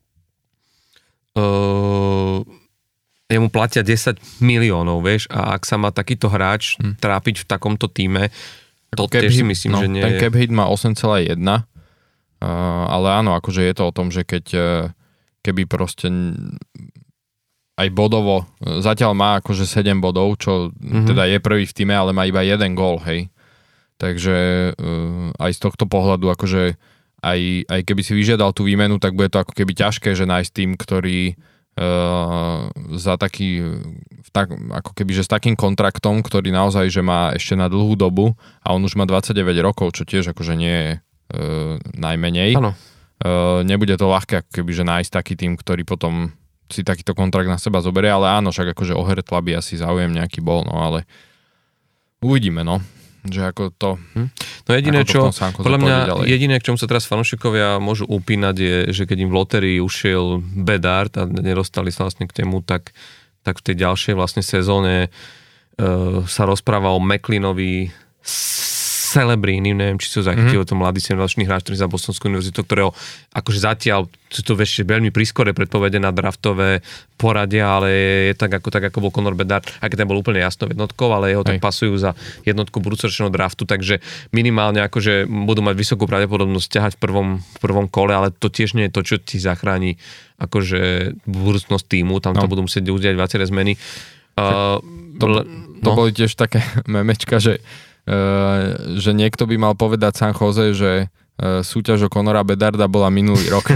uh, jemu platia desať miliónov, vieš, a ak sa má takýto hráč hm. trápiť v takomto týme, to tiež si myslím, no, že nie ten cap hit má osem celá jeden, uh, ale áno, akože je to o tom, že keď uh, keby proste aj bodovo, zatiaľ má akože sedem bodov, čo mm-hmm. teda je prvý v týme, ale má iba jeden gól, hej. Takže uh, aj z tohto pohľadu, akože aj, aj keby si vyžiadal tú výmenu, tak bude to ako keby ťažké, že nájsť tým, ktorý uh, za taký, tak, ako keby, že s takým kontraktom, ktorý naozaj, že má ešte na dlhú dobu a on už má dvadsaťdeväť rokov, čo tiež akože nie je uh, najmenej. Áno. Uh, nebude to ľahké, ako keby, že nájsť taký tým, ktorý potom si takýto kontrakt na seba zoberie, ale áno, však akože o Hertla by asi záujem nejaký bol, no ale uvidíme, no. že ako to... Hm. No jediné, čo, podľa mňa, ďalej. jediné, k čomu sa teraz fanúšikovia môžu upínať je, že keď im v lotérii ušiel Bedard a nedostali sa vlastne k tému, tak, tak v tej ďalšej vlastne sezóne uh, sa rozpráva o McLeanovi Celebrini, neviem, či sa zachytil, mm-hmm. to mladý sedemnásťročný hráč, ktorý za Bostonskú univerzitu, ktorého akože zatiaľ sú to ešte veľmi prískore predpovede na draftové poradia, ale je tak ako, tak ako bol Connor Bedard, aj keď ten bol úplne jasnou jednotkou, ale jeho tak pasujú za jednotku budúcoročného draftu, takže minimálne akože budú mať vysokú pravdepodobnosť ťahať v prvom, v prvom kole, ale to tiež nie je to, čo ti zachráni akože budúcnosť týmu, tam to no. budú musieť udiať viaceré zmeny. Uh, to, to no. boli tiež také memečka, že Uh, že niekto by mal povedať San Jose, že uh, súťaž o Connora Bedarda bola minulý rok.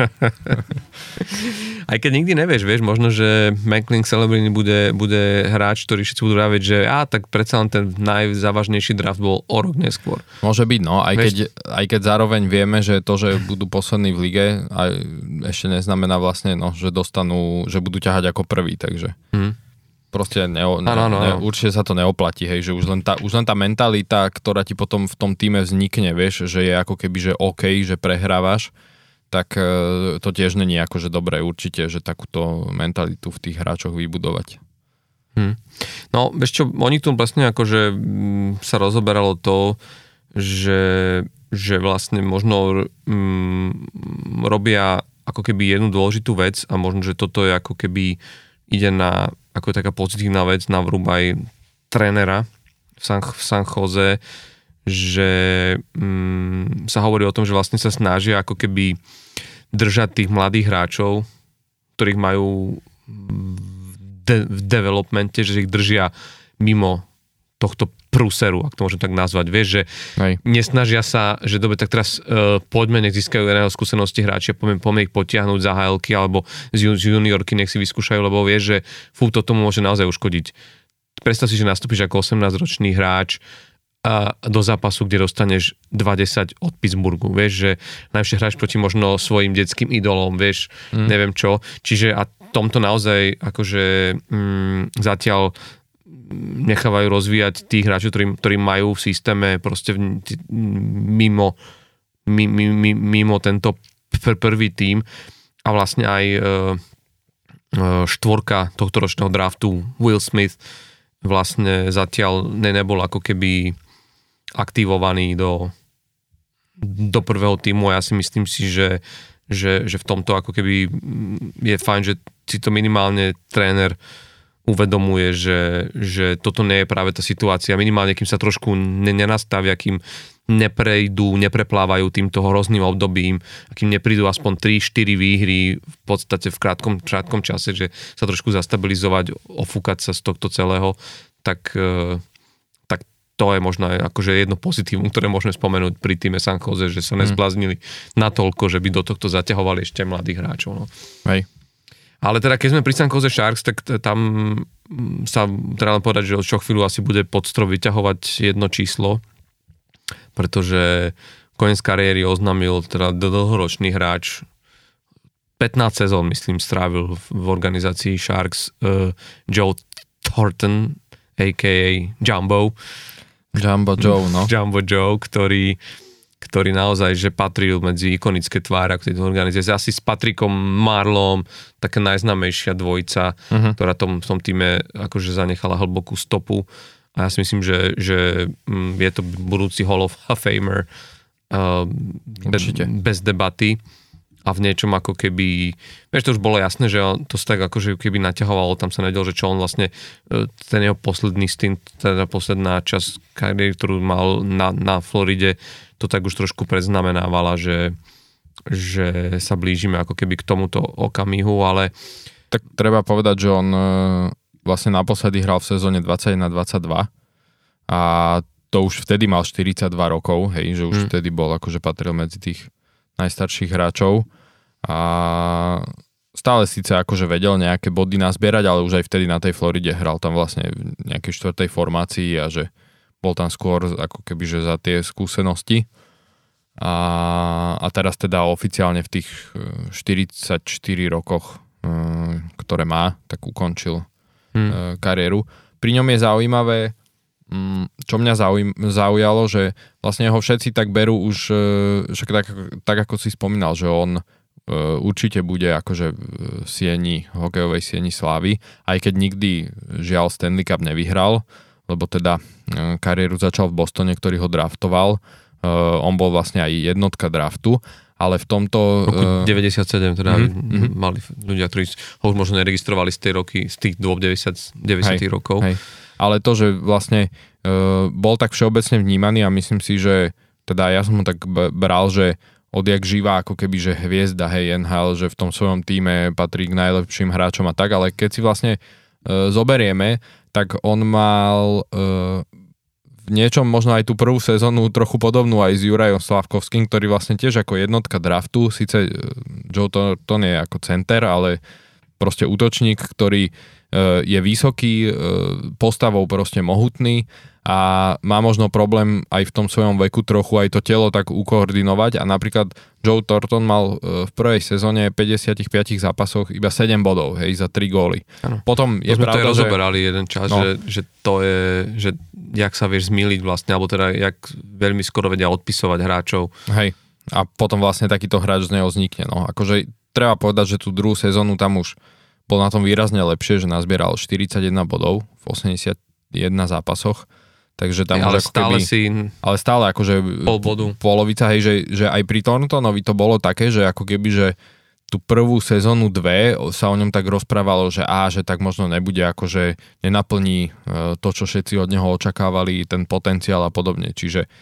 Aj keď nikdy nevieš, vieš, možno, že McLean Celebrini bude, bude hráč, ktorý všetci budú vraviť, že á, tak predsa len ten najzávažnejší draft bol o rok neskôr. Môže byť, no, aj keď, aj keď zároveň vieme, že to, že budú poslední v lige, aj ešte neznamená vlastne, no, že dostanú, že budú ťahať ako prvý, takže... Hmm. Proste ne, ne, ano, ano, ne, určite sa to neoplatí, hej, že už len, tá, už len tá mentalita, ktorá ti potom v tom týme vznikne, vieš, že je ako keby, že OK, že prehrávaš, tak e, to tiež není akože dobré určite, že takúto mentalitu v tých hráčoch vybudovať. Hmm. No, vieš čo, oni tu vlastne akože m, sa rozoberalo to, že, že vlastne možno m, robia ako keby jednu dôležitú vec a možno, že toto je ako keby ide na ako taká pozitívna vec na vrúb aj trénera v San, v San Jose, že mm, sa hovorí o tom, že vlastne sa snažia ako keby držať tých mladých hráčov, ktorých majú v, de- v developmente, že ich držia mimo tohto prúseru, ak to môžem tak nazvať. Vieš, že Hej. nesnažia sa, že dobre, tak teraz uh, poďme, nech získajú jedného skúsenosti hráči a poďme, poďme ich potiahnuť za há elky alebo z, z juniorky, nech si vyskúšajú, lebo vieš, že fú, to tomu môže naozaj uškodiť. Predstav si, že nastúpiš ako osemnásťročný hráč a do zápasu, kde dostaneš dvadsať od Pittsburghu, vieš, že najvyšší hráč proti možno svojim detským idolom, vieš, mm. neviem čo. Čiže a tomto naozaj akože mm, zatiaľ nechávajú rozvíjať tých hráčov, ktorí, ktorí majú v systéme proste v, mimo, mimo, mimo tento pr- prvý tím a vlastne aj e, štvorka tohto ročného draftu Will Smith vlastne zatiaľ ne, nebol ako keby aktivovaný do, do prvého tímu a ja si myslím si, že, že, že v tomto ako keby je fajn, že si to minimálne tréner uvedomuje, že, že toto nie je práve tá situácia. Minimálne, kým sa trošku nenastavia, kým neprejdú, nepreplávajú týmto hrozným obdobím, kým neprídu aspoň tri štyri výhry v podstate v krátkom, krátkom čase, že sa trošku zastabilizovať, ofúkať sa z tohto celého, tak, tak to je možno akože jedno pozitívum, ktoré môžeme spomenúť pri týme San Jose, že sa nezbláznili natoľko, že by do tohto zaťahovali ešte mladých hráčov. No. Hej. Ale teda keď sme pri San Jose Sharks, tak tam sa treba len povedať, že od čo chvíľu asi bude pod strop vyťahovať jedno číslo, pretože koniec kariéry oznámil teda dlhoročný hráč, pätnásť sezón myslím strávil v organizácii Sharks, uh, Joe Thornton, a ká a. Jumbo. Jumbo Joe, no. Jumbo Joe, ktorý ktorý naozaj, že patril medzi ikonické tváre ako tejto organizácie. Asi s Patrickom Marlom, taká najznámejšia dvojica, uh-huh. ktorá tom, v tom týme akože zanechala hlbokú stopu. A ja si myslím, že, že je to budúci Hall of Famer uh, bez, bez debaty. A v niečom ako keby, vieš, to už bolo jasné, že on to sa tak akože keby naťahovalo, tam sa nevedel, že čo on vlastne, ten jeho posledný stint, teda posledná časť kariéry, ktorú mal na, na Floride, to tak už trošku predznamenávala, že, že sa blížime ako keby k tomuto okamihu, ale... Tak treba povedať, že on vlastne naposledy hral v sezóne dvadsaťjeden dvadsaťdva a to už vtedy mal štyridsaťdva rokov, hej, že už hmm. vtedy bol, akože patril medzi tých najstarších hráčov a stále síce akože vedel nejaké body nazbierať, ale už aj vtedy na tej Floride hral tam vlastne v nejakej štvrtej formácii a že bol tam skôr ako keby, že za tie skúsenosti a, a teraz teda oficiálne v tých štyridsaťštyri rokoch, ktoré má, tak ukončil hmm. kariéru. Pri ňom je zaujímavé, čo mňa zaujím, zaujalo, že vlastne ho všetci tak berú už, však tak, tak ako si spomínal, že on určite bude akože v sieni, hokejovej sieni slávy, aj keď nikdy žiaľ Stanley Cup nevyhral, lebo teda kariéru začal v Bostone, ktorý ho draftoval. On bol vlastne aj jednotka draftu, ale v tomto... Roku deväťdesiatsedem teda mm-hmm. mali ľudia, ktorí ho už možno neregistrovali z tej roky, z tých dvoch deväťdesiatych rokov. Hej. Ale to, že vlastne uh, bol tak všeobecne vnímaný a myslím si, že teda ja som ho tak b- bral, že odjak živá ako keby, že hviezda, hej, en há el, že v tom svojom týme patrí k najlepším hráčom a tak, ale keď si vlastne uh, zoberieme, tak on mal uh, v niečom možno aj tú prvú sezónu trochu podobnú aj s Jurajom Slavkovským, ktorý vlastne tiež ako jednotka draftu, síce uh, Joe Thornton je ako center, ale proste útočník, ktorý je vysoký, postavou proste mohutný a má možno problém aj v tom svojom veku trochu aj to telo tak ukoordinovať a napríklad Joe Thornton mal v prvej sezóne v päťdesiatich piatich zápasoch iba sedem bodov, hej, za tri góly. Ano. Potom je to sme pravda, to aj že... rozoberali jeden čas, no. že, že to je, že jak sa vieš zmýliť vlastne, alebo teda jak veľmi skoro vedia odpisovať hráčov. Hej, a potom vlastne takýto hráč z neho vznikne, no. Akože treba povedať, že tú druhú sezónu tam už bol na tom výrazne lepšie, že nazbieral štyridsaťjeden bodov v osemdesiatjeden zápasoch, takže tam ale už ako stále keby, si ale stále akože pol bodu. Polovica, hej, že, že aj pri Thorntonovi to bolo také, že ako keby, že tú prvú sezónu dve sa o ňom tak rozprávalo, že á, že tak možno nebude, akože nenaplní to, čo všetci od neho očakávali, ten potenciál a podobne, čiže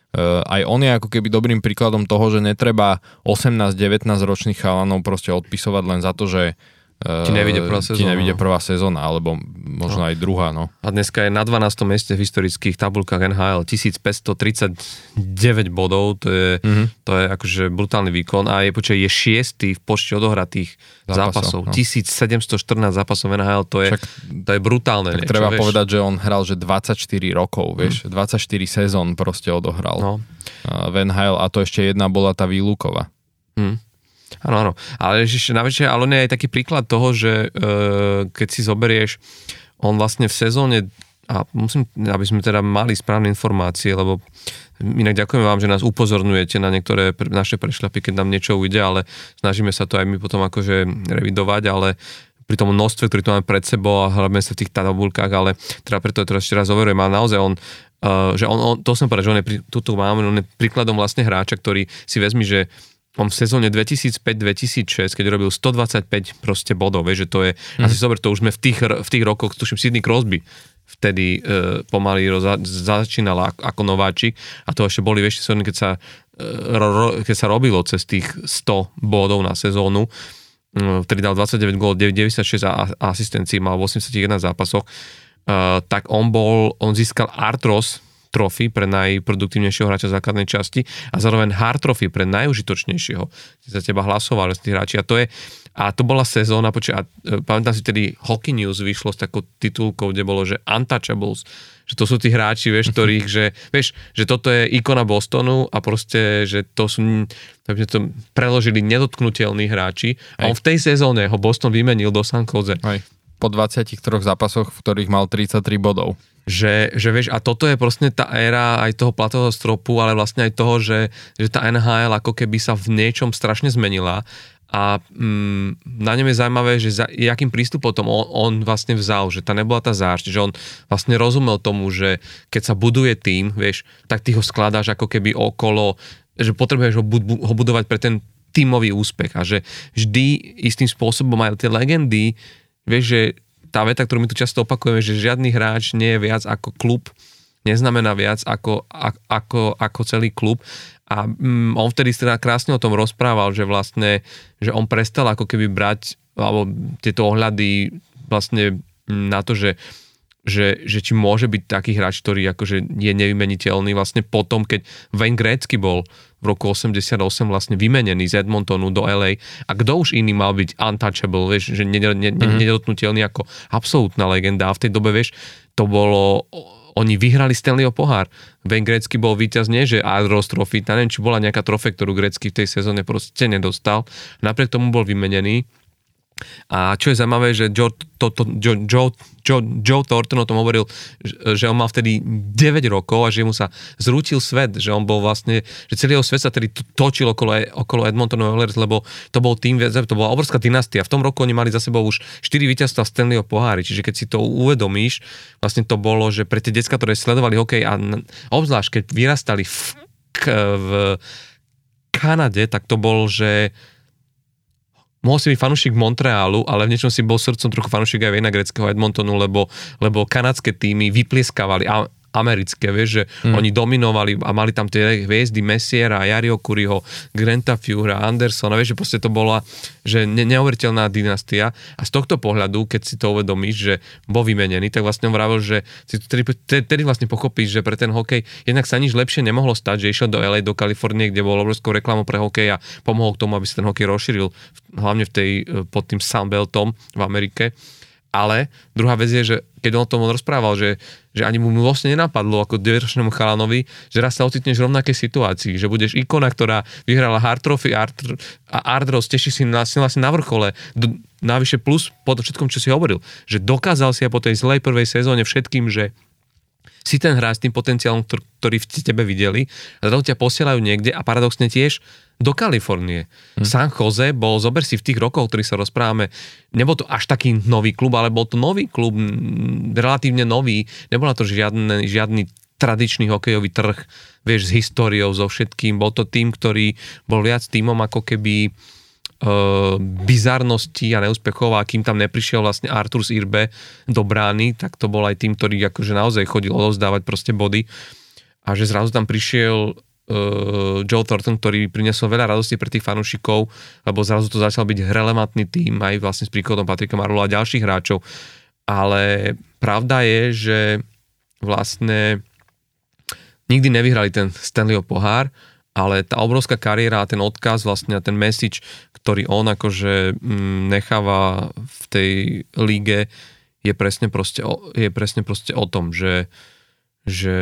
aj on je ako keby dobrým príkladom toho, že netreba osemnásť devätnásť ročných chalanov proste odpisovať len za to, že Ti nevidie prvá sezóna. Ti nevidie prvá sezóna, alebo možno no. aj druhá, no. A dneska je na dvanástom mieste v historických tabulkách en há el tisícpäťstotridsaťdeväť bodov, to je, mm-hmm. to je akože brutálny výkon a je, počuť, je šiestý v počte odohratých zápasov. zápasov. No. tisícsedemstoštrnásť zápasov v en há el, to je, Však, to je brutálne. Tak niečo, treba vieš? povedať, že on hral, že dvadsaťštyri rokov, vieš, mm. dvadsaťštyri sezón proste odohral no. v en há el a to ešte jedna bola tá výluková. Mm. Áno, áno. Ale ešte navyše, ale on je aj taký príklad toho, že e, keď si zoberieš, on vlastne v sezóne, a musím, aby sme teda mali správne informácie, lebo inak ďakujeme vám, že nás upozorňujete na niektoré pre, naše prešľapy, keď nám niečo ujde, ale snažíme sa to aj my potom akože revidovať, ale pri tom množstve, ktorý tu máme pred sebou a hľadíme sa v tých tabulkách, ale teda preto to ešte raz overujem, ale naozaj on, uh, že on, on to som povedal, že on je, tu, tu máme, on je príkladom vlastne hráča, ktorý si vezmi, že on v sezóne dvetisícpäť dvetisícšesť, keď robil stodvadsaťpäť proste bodov, vieš, že to je, mm. asi zober, to už sme v tých, v tých rokoch, tuším, Sidney Crosby vtedy e, pomaly roza, začínal ako, ako nováčik a to ešte boli, vieš, sezóny, keď sa, e, ro, keď sa robilo cez tých sto bodov na sezónu, e, vtedy dal dvadsaťdeväť gólov, deväťdesiatšesť a, a asistencií, mal v osemdesiatjeden zápasoch, e, tak on bol, on získal Artros Trophy pre najproduktívnejšieho hráča základnej časti a zároveň Hart Trophy pre najužitočnejšieho. Za teba hlasovali z tých hráči a to je, a to bola sezóna, počuť, a pamätám si tedy Hockey News vyšlo s takou titulkou, kde bolo, že Untouchables, že to sú tí hráči, vieš, ktorých, že, vieš, že toto je ikona Bostonu a proste, že to sú, tak sme to preložili nedotknutelní hráči a on v tej sezóne ho Boston vymenil do San Jose. Aj. Po dvadsiatich troch zápasoch, v ktorých mal tridsaťtri bodov. Že, že vieš, a toto je proste tá éra aj toho platového stropu, ale vlastne aj toho, že, že tá en há el ako keby sa v niečom strašne zmenila a mm, na ňom je zaujímavé, že za, jakým prístupom potom on, on vlastne vzal, že tá nebola tá zášť, že on vlastne rozumel tomu, že keď sa buduje tým, vieš, tak ty ho skladáš ako keby okolo, že potrebuješ ho, bu- ho budovať pre ten tímový úspech a že vždy istým spôsobom aj tie legendy, vieš, že tá veta, ktorú my tu často opakujeme, že žiadny hráč nie je viac ako klub, neznamená viac ako, ako, ako celý klub. A mm, on vtedy teda krásne o tom rozprával, že vlastne, že on prestal ako keby brať, alebo tieto ohľady vlastne na to, že, že, že či môže byť taký hráč, ktorý akože je nevymeniteľný vlastne potom, keď Wayne Gretzky bol v roku osemdesiatosem vlastne vymenený z Edmontonu do el ej a kto už iný mal byť untouchable, vieš, že ne, ne, ne, mm-hmm. nedotknutelný ako absolútna legenda a v tej dobe, vieš, to bolo, oni vyhrali Stanleyho pohár. Wayne Gretzky bol víťaz, nie že Artros Trophy, neviem, či bola nejaká trofej, ktorú Gretzky v tej sezóne proste nedostal. Napriek tomu bol vymenený A čo je zaujímavé, že Joe, to, to, Joe, Joe, Joe, Joe Thornton o tom hovoril, že on mal vtedy deväť rokov a že mu sa zrútil svet, že on bol vlastne, že celý jeho svet sa tedy točil okolo, okolo Edmontonu Oilers, lebo to bol tým, to bola obrovská dynastia. V tom roku oni mali za sebou už štyri víťazstvá Stanleyho pohári, čiže keď si to uvedomíš, vlastne to bolo, že pre tie decká, ktoré sledovali hokej a obzvlášť keď vyrastali v, v Kanade, tak to bol, že mohol si byť fanúšik Montrealu, ale v niečom si bol srdcom trochu fanúšik aj Wayna Gretzkyho Edmontonu, lebo, lebo kanadské týmy vyplieskávali a americké, vieš, že mm. oni dominovali a mali tam tie hviezdy Messiera, Jariho Kuriho, Granta Fuhra, Andersona, vieš, že proste to bola že ne- neuveriteľná dynastia a z tohto pohľadu, keď si to uvedomíš, že bol vymenený, tak vlastne on vravil, že si tedy, tedy vlastne pochopíš, že pre ten hokej jednak sa nič lepšie nemohlo stať, že išiel do el ej, do Kalifornie, kde bol obrovskou reklamou pre hokej a pomohol k tomu, aby sa ten hokej rozšíril, hlavne v tej, pod tým Sunbeltom v Amerike. Ale druhá vec je, že keď on o tom on rozprával, že, že ani mu vlastne nenapadlo ako deväťročnému chalanovi, že raz sa ocitneš v rovnakej situácii, že budeš ikona, ktorá vyhrala Hart Trophy Art, a Ardros, teší si na, vlastne na vrchole, do, navyše plus po to všetkom, čo si hovoril, že dokázal si aj po tej zlej prvej sezóne všetkým, že si ten hráč s tým potenciálom, ktorý, ktorý v tebe videli a zrazu ťa posielajú niekde a paradoxne tiež do Kalifornie. Hm. San Jose bol, zober si v tých rokoch, o ktorých sa rozprávame, nebol to až taký nový klub, ale bol to nový klub, relatívne nový, nebola to žiadne, žiadny tradičný hokejový trh, vieš, s históriou, so všetkým. Bol to tým, ktorý bol viac tímom ako keby uh, bizarnosti a neúspechov, a kým tam neprišiel vlastne Artur z Irbe do brány, tak to bol aj tým, ktorý akože naozaj chodil odovzdávať proste body. A že zrazu tam prišiel Joe Thornton, ktorý priniesol veľa radosti pre tých fanúšikov, lebo zrazu to začal byť relevantný tým aj vlastne s príkladom Patrika Marleau a ďalších hráčov. Ale pravda je, že vlastne nikdy nevyhrali ten Stanleyho pohár, ale tá obrovská kariéra a ten odkaz vlastne a ten message, ktorý on akože necháva v tej líge, je presne proste o, je presne proste o tom, že že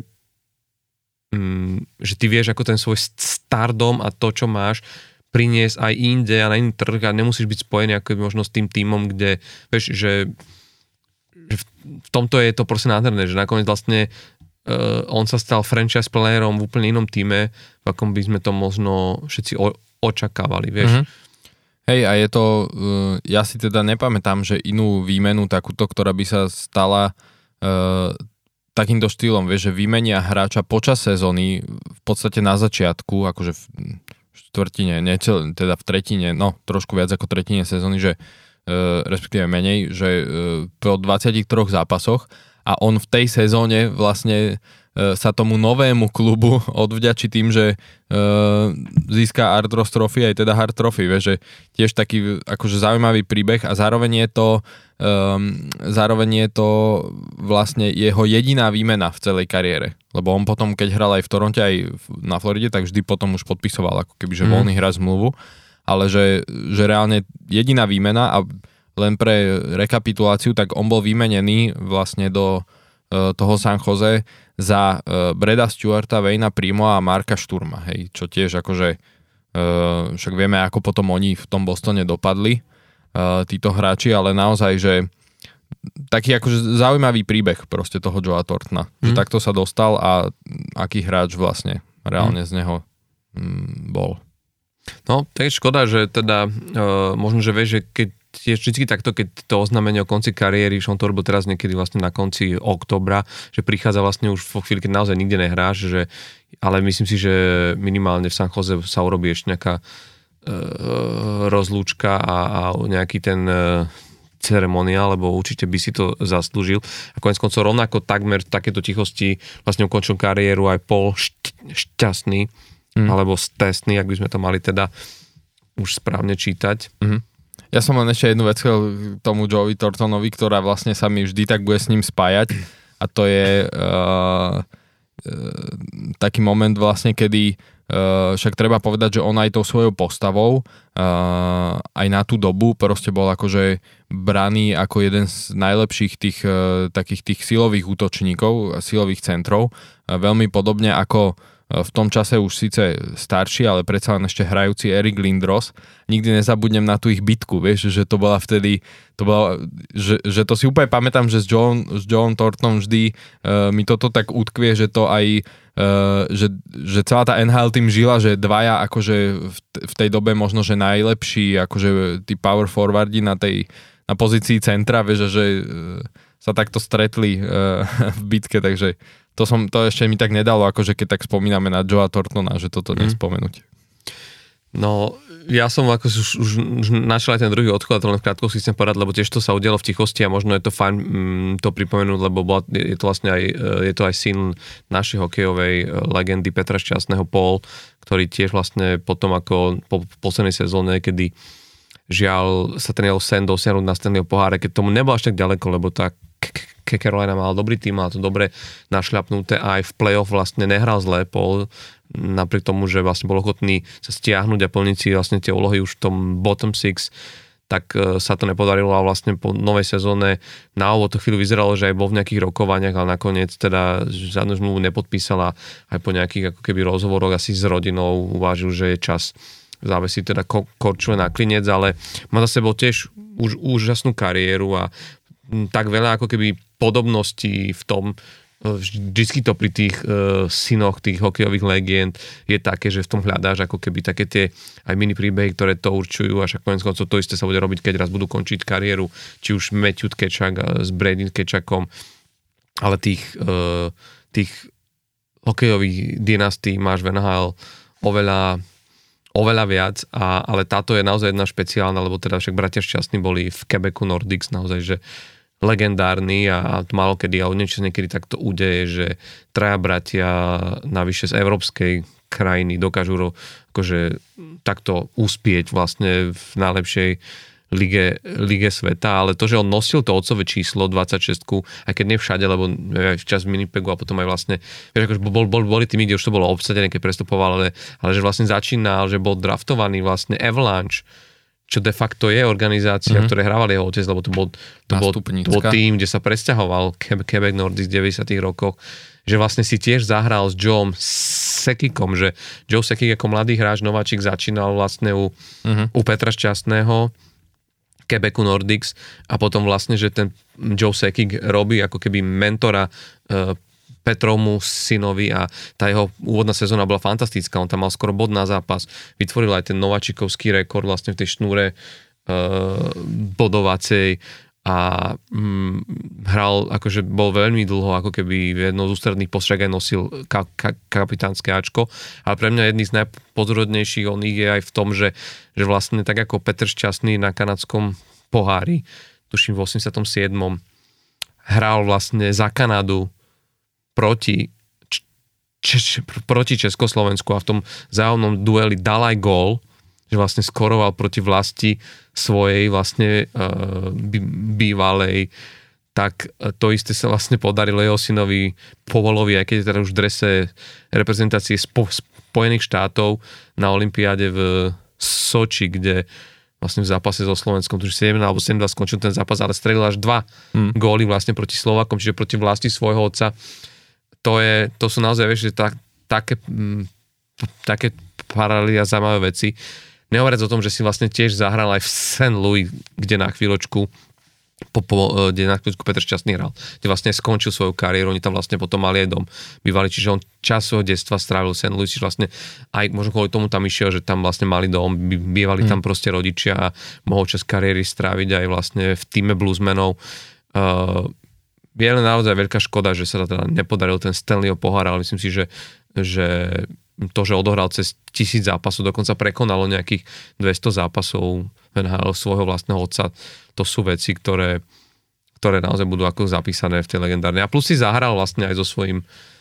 že ty vieš, ako ten svoj stardom a to, čo máš, priniesť aj inde a na iný trh a nemusíš byť spojený ako možno s tým tímom, kde, vieš, že, že v tomto je to proste nádherné, že nakoniec vlastne uh, on sa stal franchise playerom v úplne inom týme, v akom by sme to možno všetci o, očakávali, vieš. Mm-hmm. Hej, a je to, uh, ja si teda nepamätám, že inú výmenu takúto, ktorá by sa stala uh, takýmto štýlom, vieš, že vymenia hráča počas sezóny, v podstate na začiatku, akože v štvrtine, nie, teda v tretine, no trošku viac ako tretine sezóny, že e, respektíve menej, že e, po dvadsiatich troch zápasoch a on v tej sezóne vlastne e, sa tomu novému klubu odvďačí tým, že e, získa Ardros Trophy, aj teda Hart Trophy, vieš, že tiež taký akože zaujímavý príbeh a zároveň je to Um, zároveň je to vlastne jeho jediná výmena v celej kariére, lebo on potom, keď hral aj v Toronte, aj na Floride, tak vždy potom už podpisoval ako keby, že mm. voľný hráč zmluvu, ale že, že reálne jediná výmena a len pre rekapituláciu, tak on bol vymenený vlastne do uh, toho San Jose za uh, Breda Stewarta, Wayna Primo a Marka Šturma, hej, čo tiež akože uh, však vieme, ako potom oni v tom Bostone dopadli, títo hráči, ale naozaj, že taký akože zaujímavý príbeh proste toho Joea Thorntona, mm. že takto sa dostal a aký hráč vlastne reálne mm. z neho mm, bol. No, tak je škoda, že teda uh, možno, že vieš, že keď je vždycky takto, keď to oznámenie o konci kariéry, že on to robil teraz niekedy vlastne na konci októbra, že prichádza vlastne už vo chvíli, keď naozaj nikde nehráš, že, ale myslím si, že minimálne v San Jose sa urobí ešte nejaká rozlúčka a, a nejaký ten ceremoniál, lebo určite by si to zaslúžil. A konec koncov rovnako takmer v takéto tichosti vlastne ukončil kariéru aj Paul Šťastný, mm. alebo Stestný, ak by sme to mali teda už správne čítať. Mm. Ja som len ešte jednu vec k tomu Joey Thorntonovi, ktorá vlastne sa mi vždy tak bude s ním spájať, a to je uh, uh, taký moment vlastne, kedy Uh, však treba povedať, že on aj tou svojou postavou uh, aj na tú dobu proste bol akože braný ako jeden z najlepších tých uh, takých tých silových útočníkov, silových centrov. Uh, veľmi podobne ako v tom čase už síce starší, ale predsa len ešte hrajúci Erik Lindros. Nikdy nezabudnem na tú ich bitku, vieš, že to bola vtedy, to bola, že, že to si úplne pamätám, že s Joe, s Joeom Thorntonom vždy uh, mi toto tak utkvie, že to aj, uh, že, že celá tá en há el tým žila, že dvaja akože v, v tej dobe možno, že najlepší, akože tí power forwardi na tej, na pozícii centra, vieš, že uh, sa takto stretli uh, v bitke, takže To, som, to ešte mi tak nedalo, akože keď tak spomíname na Joea Thorntona, že toto mm. nespomenúť. No, ja som ako už, už, už našiel aj ten druhý odchod, a to len v krátkosti chcem povedať, lebo tiež to sa udialo v tichosti a možno je to fajn mm, to pripomenúť, lebo bola, je to vlastne aj, je to aj syn našej hokejovej legendy Petra Šťastného, Paul, ktorý tiež vlastne potom ako po poslednej sezóne, kedy žiaľ sa trénoval sen dosiahnuť na Stanleyho poháre, keď tomu nebolo až tak ďaleko, lebo tak Carolina mala dobrý tým, mala to dobre našľapnuté a aj v play-off vlastne nehral zle, Paul, napriek tomu, že vlastne bol ochotný sa stiahnuť a plniť si vlastne tie úlohy už v tom bottom six, tak sa to nepodarilo a vlastne po novej sezóne na úvod to chvíľu vyzeralo, že aj bol v nejakých rokovaniach, ale nakoniec teda žiadnu zmluvu nepodpísala, aj po nejakých ako keby rozhovoroch asi s rodinou uvážil, že je čas závesiť teda Korčule na klinec, ale má za sebou tiež už úžasnú kariéru a tak veľa ako keby podobností v tom, vždycky to pri tých uh, synoch tých hokejových legend je také, že v tom hľadáš ako keby také tie aj mini príbehy, ktoré to určujú a však koniec koncov to isté sa bude robiť, keď raz budú končiť kariéru, či už Matthew Tkečak s Brady Tkečakom, ale tých, uh, tých hokejových dynastí máš v en há el oveľa oveľa viac, a, ale táto je naozaj jedna špeciálna, lebo teda však bratia Šťastní boli v Quebecu Nordics naozaj, že legendárny a, a málo kedy, a niečo niekedy takto udeje, že traja bratia navyše z európskej krajiny dokážu ro, akože takto uspieť vlastne v najlepšej lige, lige sveta, ale to, že on nosil to otcové číslo dvadsaťšesť, aj keď nie všade, lebo aj včas v Winnipegu a potom aj vlastne, vieš, akože bol, bol, boli tými, kde už to bolo obsadené, keď prestupoval, ale, ale že vlastne začínal, že bol draftovaný vlastne Avalanche, čo de facto je organizácia, mm-hmm. ktoré hrával jeho otec, lebo to bol, to bol, to bol tým, kde sa presťahoval Quebec Nordics v deväťdesiatych rokoch, že vlastne si tiež zahral s Joeom Sekikom, že Joe Sekik ako mladý hráč, nováčik začínal vlastne u, mm-hmm. u Petra Šťastného, Quebecu Nordics, a potom vlastne, že ten Joe Sekik robí ako keby mentora uh, Petrovmu synovi a tá jeho úvodná sezóna bola fantastická, on tam mal skoro bod na zápas, vytvoril aj ten nováčikovský rekord vlastne v tej šnúre uh, bodovacej a mm, hral, akože bol veľmi dlho, ako keby v jednou z ústredných postřek aj nosil ka, ka, kapitánske Ačko, ale pre mňa jedný z najpozorodnejších oných je aj v tom, že, že vlastne tak ako Petr Šťastný na kanadskom pohári, tuším v osemdesiatom siedmom hral vlastne za Kanadu proti, č, č, proti Československu a v tom vzájomnom dueli dal aj gól, že vlastne skoroval proti vlasti svojej vlastne uh, bývalej, tak to isté sa vlastne podarilo jeho synovi Povolovi, aj keď je teda už v drese reprezentácie Spo, Spojených štátov na olympiáde v Soči, kde vlastne v zápase so Slovenskom, tuž sedem alebo sedem dva skončil ten zápas, ale strelil až dva hmm. góly vlastne proti Slovákom, čiže proti vlasti svojho otca. To, je, to sú naozaj, vieš, že tak, také, m, také paralely a zaujímavé veci. Nehovoriac o tom, že si vlastne tiež zahral aj v Saint Louis, kde na chvíľočku po, po, kde na chvíľočku Petr Šťastný hral, kde vlastne skončil svoju kariéru, oni tam vlastne potom mali aj dom bývali, čiže on čas svojho detstva strávil v Saint Louis, čiže vlastne aj možno kvôli tomu tam išiel, že tam vlastne mali dom, bývali hmm. tam proste rodičia a mohol čas kariéry stráviť aj vlastne v týme bluesmenov. Uh, je len naozaj veľká škoda, že sa teda nepodaril ten Stanleyho pohár, ale myslím si, že, že to, že odohral cez tisíc zápasov, dokonca prekonalo nejakých dvesto zápasov en há el svojho vlastného otca, to sú veci, ktoré, ktoré naozaj budú ako zapísané v tej legendárnej. A plus si zahral vlastne aj so svojím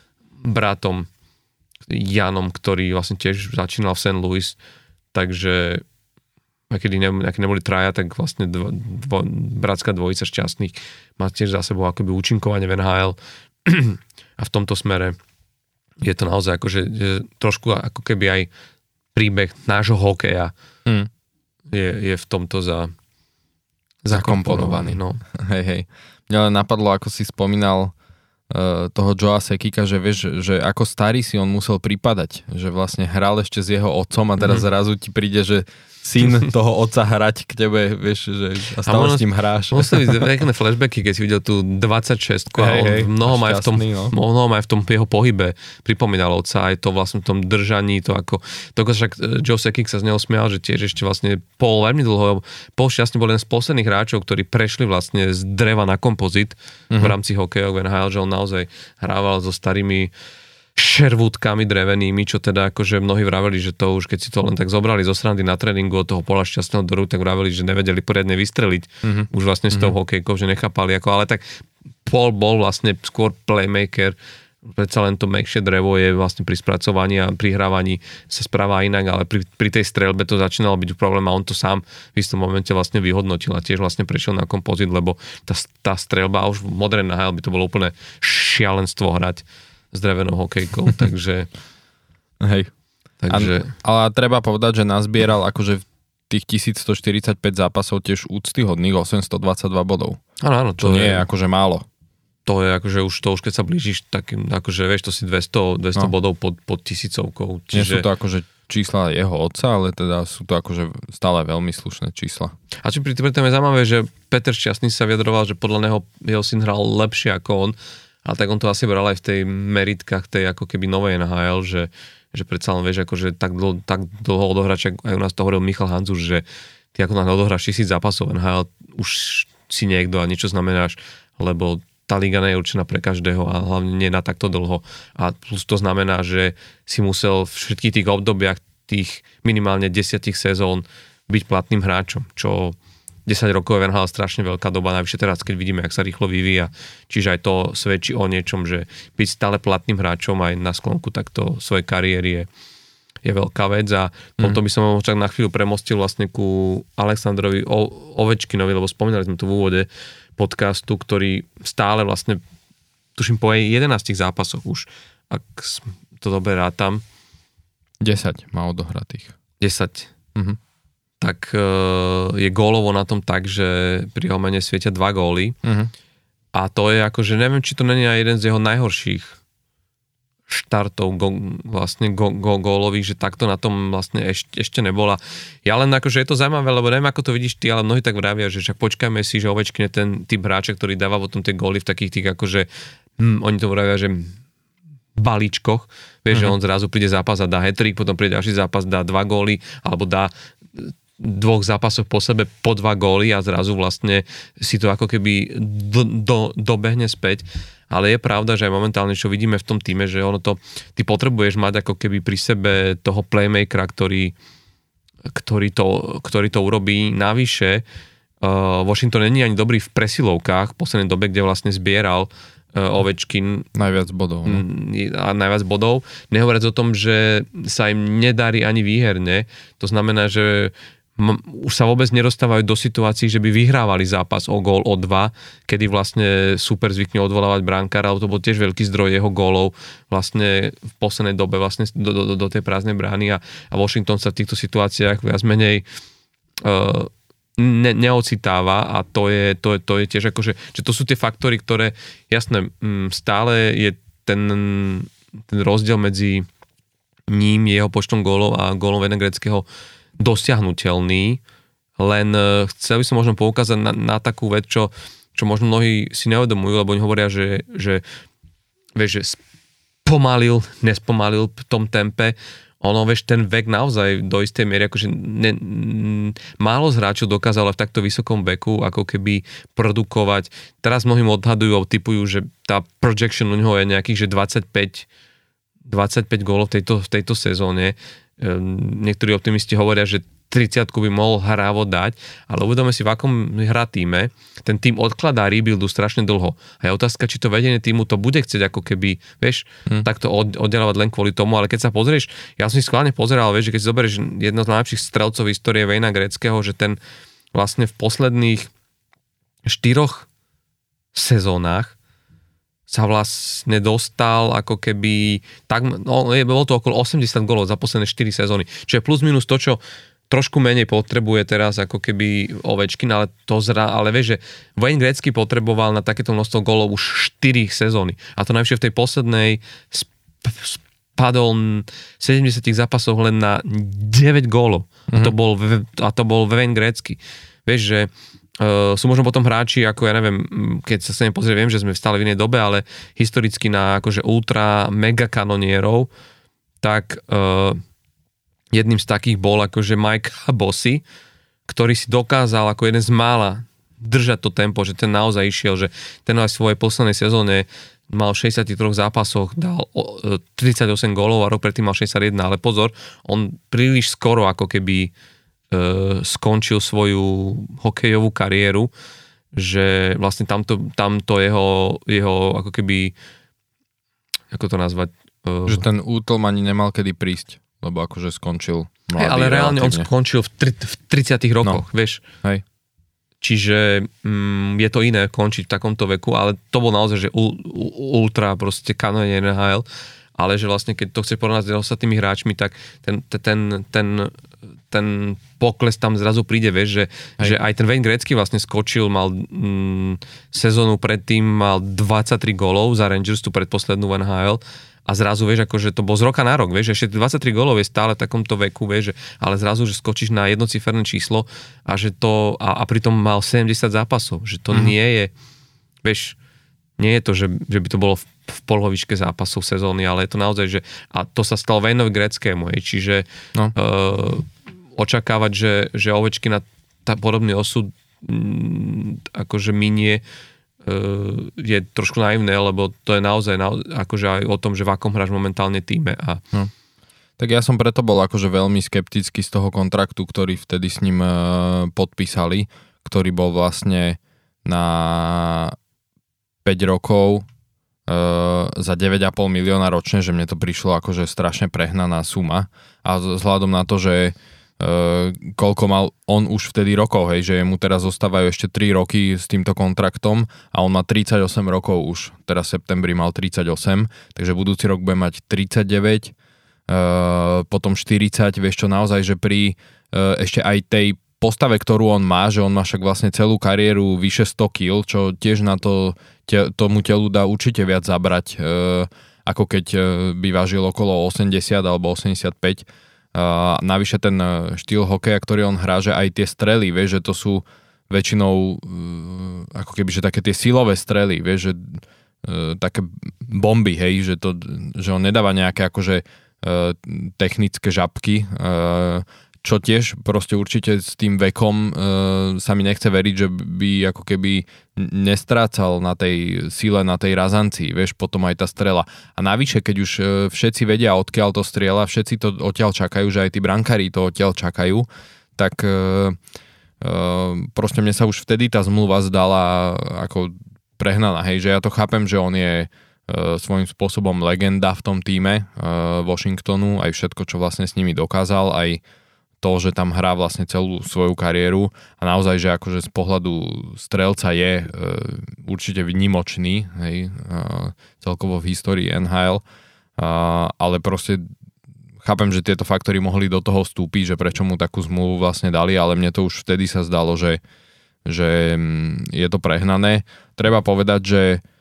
bratom Janom, ktorý vlastne tiež začínal v Saint Louis, takže a keď ne, neboli traja, tak vlastne dvo, dvo, bratská dvojica Šťastných má tiež za sebou akoby účinkovanie v en há el a v tomto smere je to naozaj akože trošku ako keby aj príbeh nášho hokeja mm. je, je v tomto za, zakomponovaný. No. Hej, hej. Mňa len napadlo, ako si spomínal toho Joea Sekika, že vieš, že ako starý si on musel pripadať, že vlastne hral ešte s jeho otcom a teraz mm-hmm. zrazu ti príde, že syn toho otca hrať k tebe, vieš, že a stále a s ním hráš. Museli byť pekné flashbacky, keď si videl tú dvadsaťšestku a on hej, mnohom, aj v tom, no. mnohom aj v tom jeho pohybe pripomínal otca, aj to vlastne v tom držaní, to ako, to však Joe Sekik sa z neho smial, že tiež ešte vlastne Paul veľmi dlho, Paul šťastne bol jeden z posledných hráčov, ktorí prešli vlastne z dreva na kompozit mm-hmm. v rámci hokeja v en há el, že on naozaj hrával so starými šervútkami drevenými, čo teda akože mnohí vraveli, že to už keď si to len tak zobrali zo srandy na tréningu od toho Paula Šťastného do rúk, tak vraveli, že nevedeli poriadne vystreliť mm-hmm. už vlastne s tou mm-hmm. hokejkou, že nechápali ako, ale tak Paul bol vlastne skôr playmaker, predsa len to mäkšie drevo je vlastne pri spracovaní a pri hrávaní sa správa inak, ale pri, pri tej streľbe to začínalo byť problém a on to sám v istom momente vlastne vyhodnotil a tiež vlastne prešiel na kompozit, lebo tá, tá streľba už v modrej en há el by to bolo úplne šialenstvo hrať s drevenou hokejkou, takže... Hej. Takže... A, ale treba povedať, že nazbieral akože v tých tisícstoštyridsaťpäť zápasov tiež úctyhodných osemstodvadsaťdva bodov. Áno, áno. To, to nie je akože málo. To je akože už to, už keď sa blížiš, tak akože vieš, to si dvesto, dvesto no. bodov pod, pod tisícovkou. Čiže... Nie sú to akože čísla jeho otca, ale teda sú to akože stále veľmi slušné čísla. A čo pri tom je zaujímavé, že Peter Šťastný sa vyjadroval, že podľa neho jeho syn hral lepšie ako on. Ale tak on to asi bral aj v tej meritkách tej ako keby novej en há el, že, že predsa len vieš, akože tak dlho, tak dlho odohráč, aj u nás to hovoril Michal Hanzus, že ty ako nám odohráš tisíc zápasov en há el, už si niekto a niečo znamenáš, lebo tá liga nie je určená pre každého a hlavne nie na takto dlho. A plus to znamená, že si musel v všetkých tých obdobiach tých minimálne desiatich sezón byť platným hráčom, čo desať rokov je en há el strašne veľká doba, najvyššie teraz, keď vidíme, jak sa rýchlo vyvíja. Čiže aj to svedčí o niečom, že byť stále platným hráčom aj na sklonku takto svojej kariéry je, je veľká vec a mm. potom by som ho čak na chvíľu premostil vlastne ku Alexandrovi o- Ovečkinovi, lebo spomínali sme to v úvode podcastu, ktorý stále vlastne, tuším po jedenástich zápasoch už, ak to dobre rátam. desať má odohratých. desať. Mhm. Tak je gólovo na tom tak, že pri jeho mene svietia dva góly. Uh-huh. A to je akože, neviem, či to není aj jeden z jeho najhorších štartov go, vlastne go, go, gólových, že takto na tom vlastne ešte, ešte nebola. Ja len akože je to zaujímavé, lebo neviem, ako to vidíš ty, ale mnohí tak vravia, že však počkajme si, že Ovečkin je ten typ hráča, ktorý dáva potom tie góly v takých tých akože, hm, oni to vravia, že balíčkoch, vieš, uh-huh. že on zrazu príde zápas a dá hat-trick, potom príde ďalší zápas, dá dva góly, alebo dá dvoch zápasoch po sebe po dva góly a zrazu vlastne si to ako keby do, do, dobehne späť. Ale je pravda, že aj momentálne, čo vidíme v tom týme, že ono to, ty potrebuješ mať ako keby pri sebe toho playmakera, ktorý, ktorý, to, ktorý to urobí. Navyše, uh, Washington není ani dobrý v presilovkách v poslednej dobe, kde vlastne zbieral uh, Ovečkin najviac bodov. No. A najviac bodov. Nehovoriac o tom, že sa im nedarí ani výherne. To znamená, že už sa vôbec nedostávajú do situácií, že by vyhrávali zápas o gól, o dva, kedy vlastne super zvykne odvolávať brankára, ale to bol tiež veľký zdroj jeho gólov vlastne v poslednej dobe vlastne do, do, do tej prázdnej brány a, a Washington sa v týchto situáciách viac menej uh, ne, neocitáva a to je, to, je, to je tiež akože, že to sú tie faktory, ktoré jasné, stále je ten, ten rozdiel medzi ním, jeho počtom gólov a gólom Vena Gretzkyho dosiahnutelný, len chcel by som možno poukázať na, na takú vec, čo, čo možno mnohí si neuvedomujú, lebo oni hovoria, že, že, vieš, že spomalil, nespomalil v tom tempe. Ono, vieš, ten vek naozaj do istej miery, akože ne, n, málo z hráčov dokázalo v takto vysokom veku ako keby produkovať. Teraz mnohým odhadujú, typujú, že tá projection u neho je nejakých, že dvadsaťpäť, dvadsaťpäť gólov v tejto, v tejto sezóne. Niektorí optimisti hovoria, že tridsiatku by mohol hrávo dať, ale uvedome si, v akom hrá týme. Ten tým odkladá rebuildu strašne dlho. A je otázka, či to vedenie týmu to bude chcieť ako keby, vieš, hmm. takto oddelovať len kvôli tomu, ale keď sa pozrieš, ja som si schválne pozeral, vieš, že keď si zoberieš jedno z najlepších strelcov histórie Vejna Gretzkyho, že ten vlastne v posledných štyroch sezónach sa vlastne dostal ako keby, tak, no, bolo to okolo osemdesiat gólov za posledné štyri sezóny. Čiže plus minus to, čo trošku menej potrebuje teraz ako keby Ovečkin, ale to zra, ale vieš, že Wayne Gretzky potreboval na takéto množstvo gólov už štyri sezóny. A to najvyššie v tej poslednej sp- spadol v sedemdesiatich zápasoch len na deväť gólov. Mm-hmm. A to bol, a to bol Wayne Gretzky. Vieš, že uh, sú možno potom hráči, ako ja neviem, keď sa sa nepozrie, viem, že sme stále v inej dobe, ale historicky na akože ultra mega kanonierov, tak uh, jedným z takých bol akože Mike Bossy, ktorý si dokázal ako jeden z mála držať to tempo, že ten naozaj išiel, že ten aj v svojej poslednej sezóne mal v šesťdesiattroch zápasoch, dal tridsaťosem gólov a rok predtým mal šesťdesiatjeden, ale pozor, on príliš skoro ako keby e, skončil svoju hokejovú kariéru, že vlastne tamto, tamto jeho, jeho ako keby, ako to nazvať? E, že ten útlm ani nemal kedy prísť. Lebo akože skončil mladý. Hey, ale reálne relatívne. On skončil v, tri, v tridsiatych rokoch, no. Vieš. Hej. Čiže mm, je to iné končiť v takomto veku, ale to bol naozaj, že u, u, ultra proste kanonier en há el, ale že vlastne keď to chce porovnať s ostatnými hráčmi, tak ten, ten, ten, ten pokles tam zrazu príde, vieš, že, že aj ten Wayne Gretzky vlastne skočil, mal mm, sezónu predtým, mal dvadsaťtri gólov za Rangers, tú predposlednú en há el, a zrazu, vieš, akože to bol z roka na rok, vieš, ešte dvadsaťtri gólov je stále v takomto veku, vieš, že, ale zrazu, že skočíš na jednociferné číslo a že to, a, a pritom mal sedemdesiat zápasov, že to mm. nie je, vieš, nie je to, že, že by to bolo v, v polovičke zápasov sezóny, ale je to naozaj, že, a to sa stalo Wayneovi Gretzkému, hej, čiže no. uh, očakávať, že, že Ovečkin na tá podobný osud m, akože minie, je trošku naivné, lebo to je naozaj akože aj o tom, že v akom hráš momentálne týme. A... No. Tak ja som preto bol akože veľmi skeptický z toho kontraktu, ktorý vtedy s ním podpísali, ktorý bol vlastne na päť rokov za deväť a pol milióna ročne, že mne to prišlo akože strašne prehnaná suma. A vzhľadom na to, že Uh, koľko mal on už vtedy rokov, hej, že mu teraz zostávajú ešte tri roky s týmto kontraktom a on má tridsaťosem rokov už, teraz v septembri mal tridsaťosem, takže budúci rok bude mať tridsaťdeväť, uh, potom štyridsať, vieš čo, naozaj, že pri uh, ešte aj tej postave, ktorú on má, že on má však vlastne celú kariéru vyše sto kíl, čo tiež na to te, tomu telu dá určite viac zabrať, uh, ako keď uh, by vážil okolo osemdesiat alebo osemdesiatpäť. Uh, navyše ten štýl hokeja, ktorý on hrá, že aj tie strely, vieš, že to sú väčšinou uh, ako keby, že také tie silové strely, vieš, že uh, také bomby, hej, že, to, že on nedáva nejaké akože uh, technické žabky, uh, čo tiež proste určite s tým vekom uh, sa mi nechce veriť, že by ako keby nestrácal na tej sile, na tej razancii, vieš, potom aj tá strela. A navyše, keď už uh, všetci vedia, odkiaľ to strieľa, všetci to odtiaľ čakajú, že aj tí brankári to odtiaľ čakajú, tak uh, uh, proste mne sa už vtedy tá zmluva zdala ako prehnaná, hej, že ja to chápem, že on je uh, svojím spôsobom legenda v tom tíme uh, Washingtonu, aj všetko, čo vlastne s nimi dokázal, aj to, že tam hrá vlastne celú svoju kariéru a naozaj, že akože z pohľadu strelca je e, určite výnimočný, hej, e, celkovo v histórii en há el, e, ale proste chápem, že tieto faktory mohli do toho vstúpiť, že prečo mu takú zmluvu vlastne dali, ale mne to už vtedy sa zdalo, že, že je to prehnané. Treba povedať, že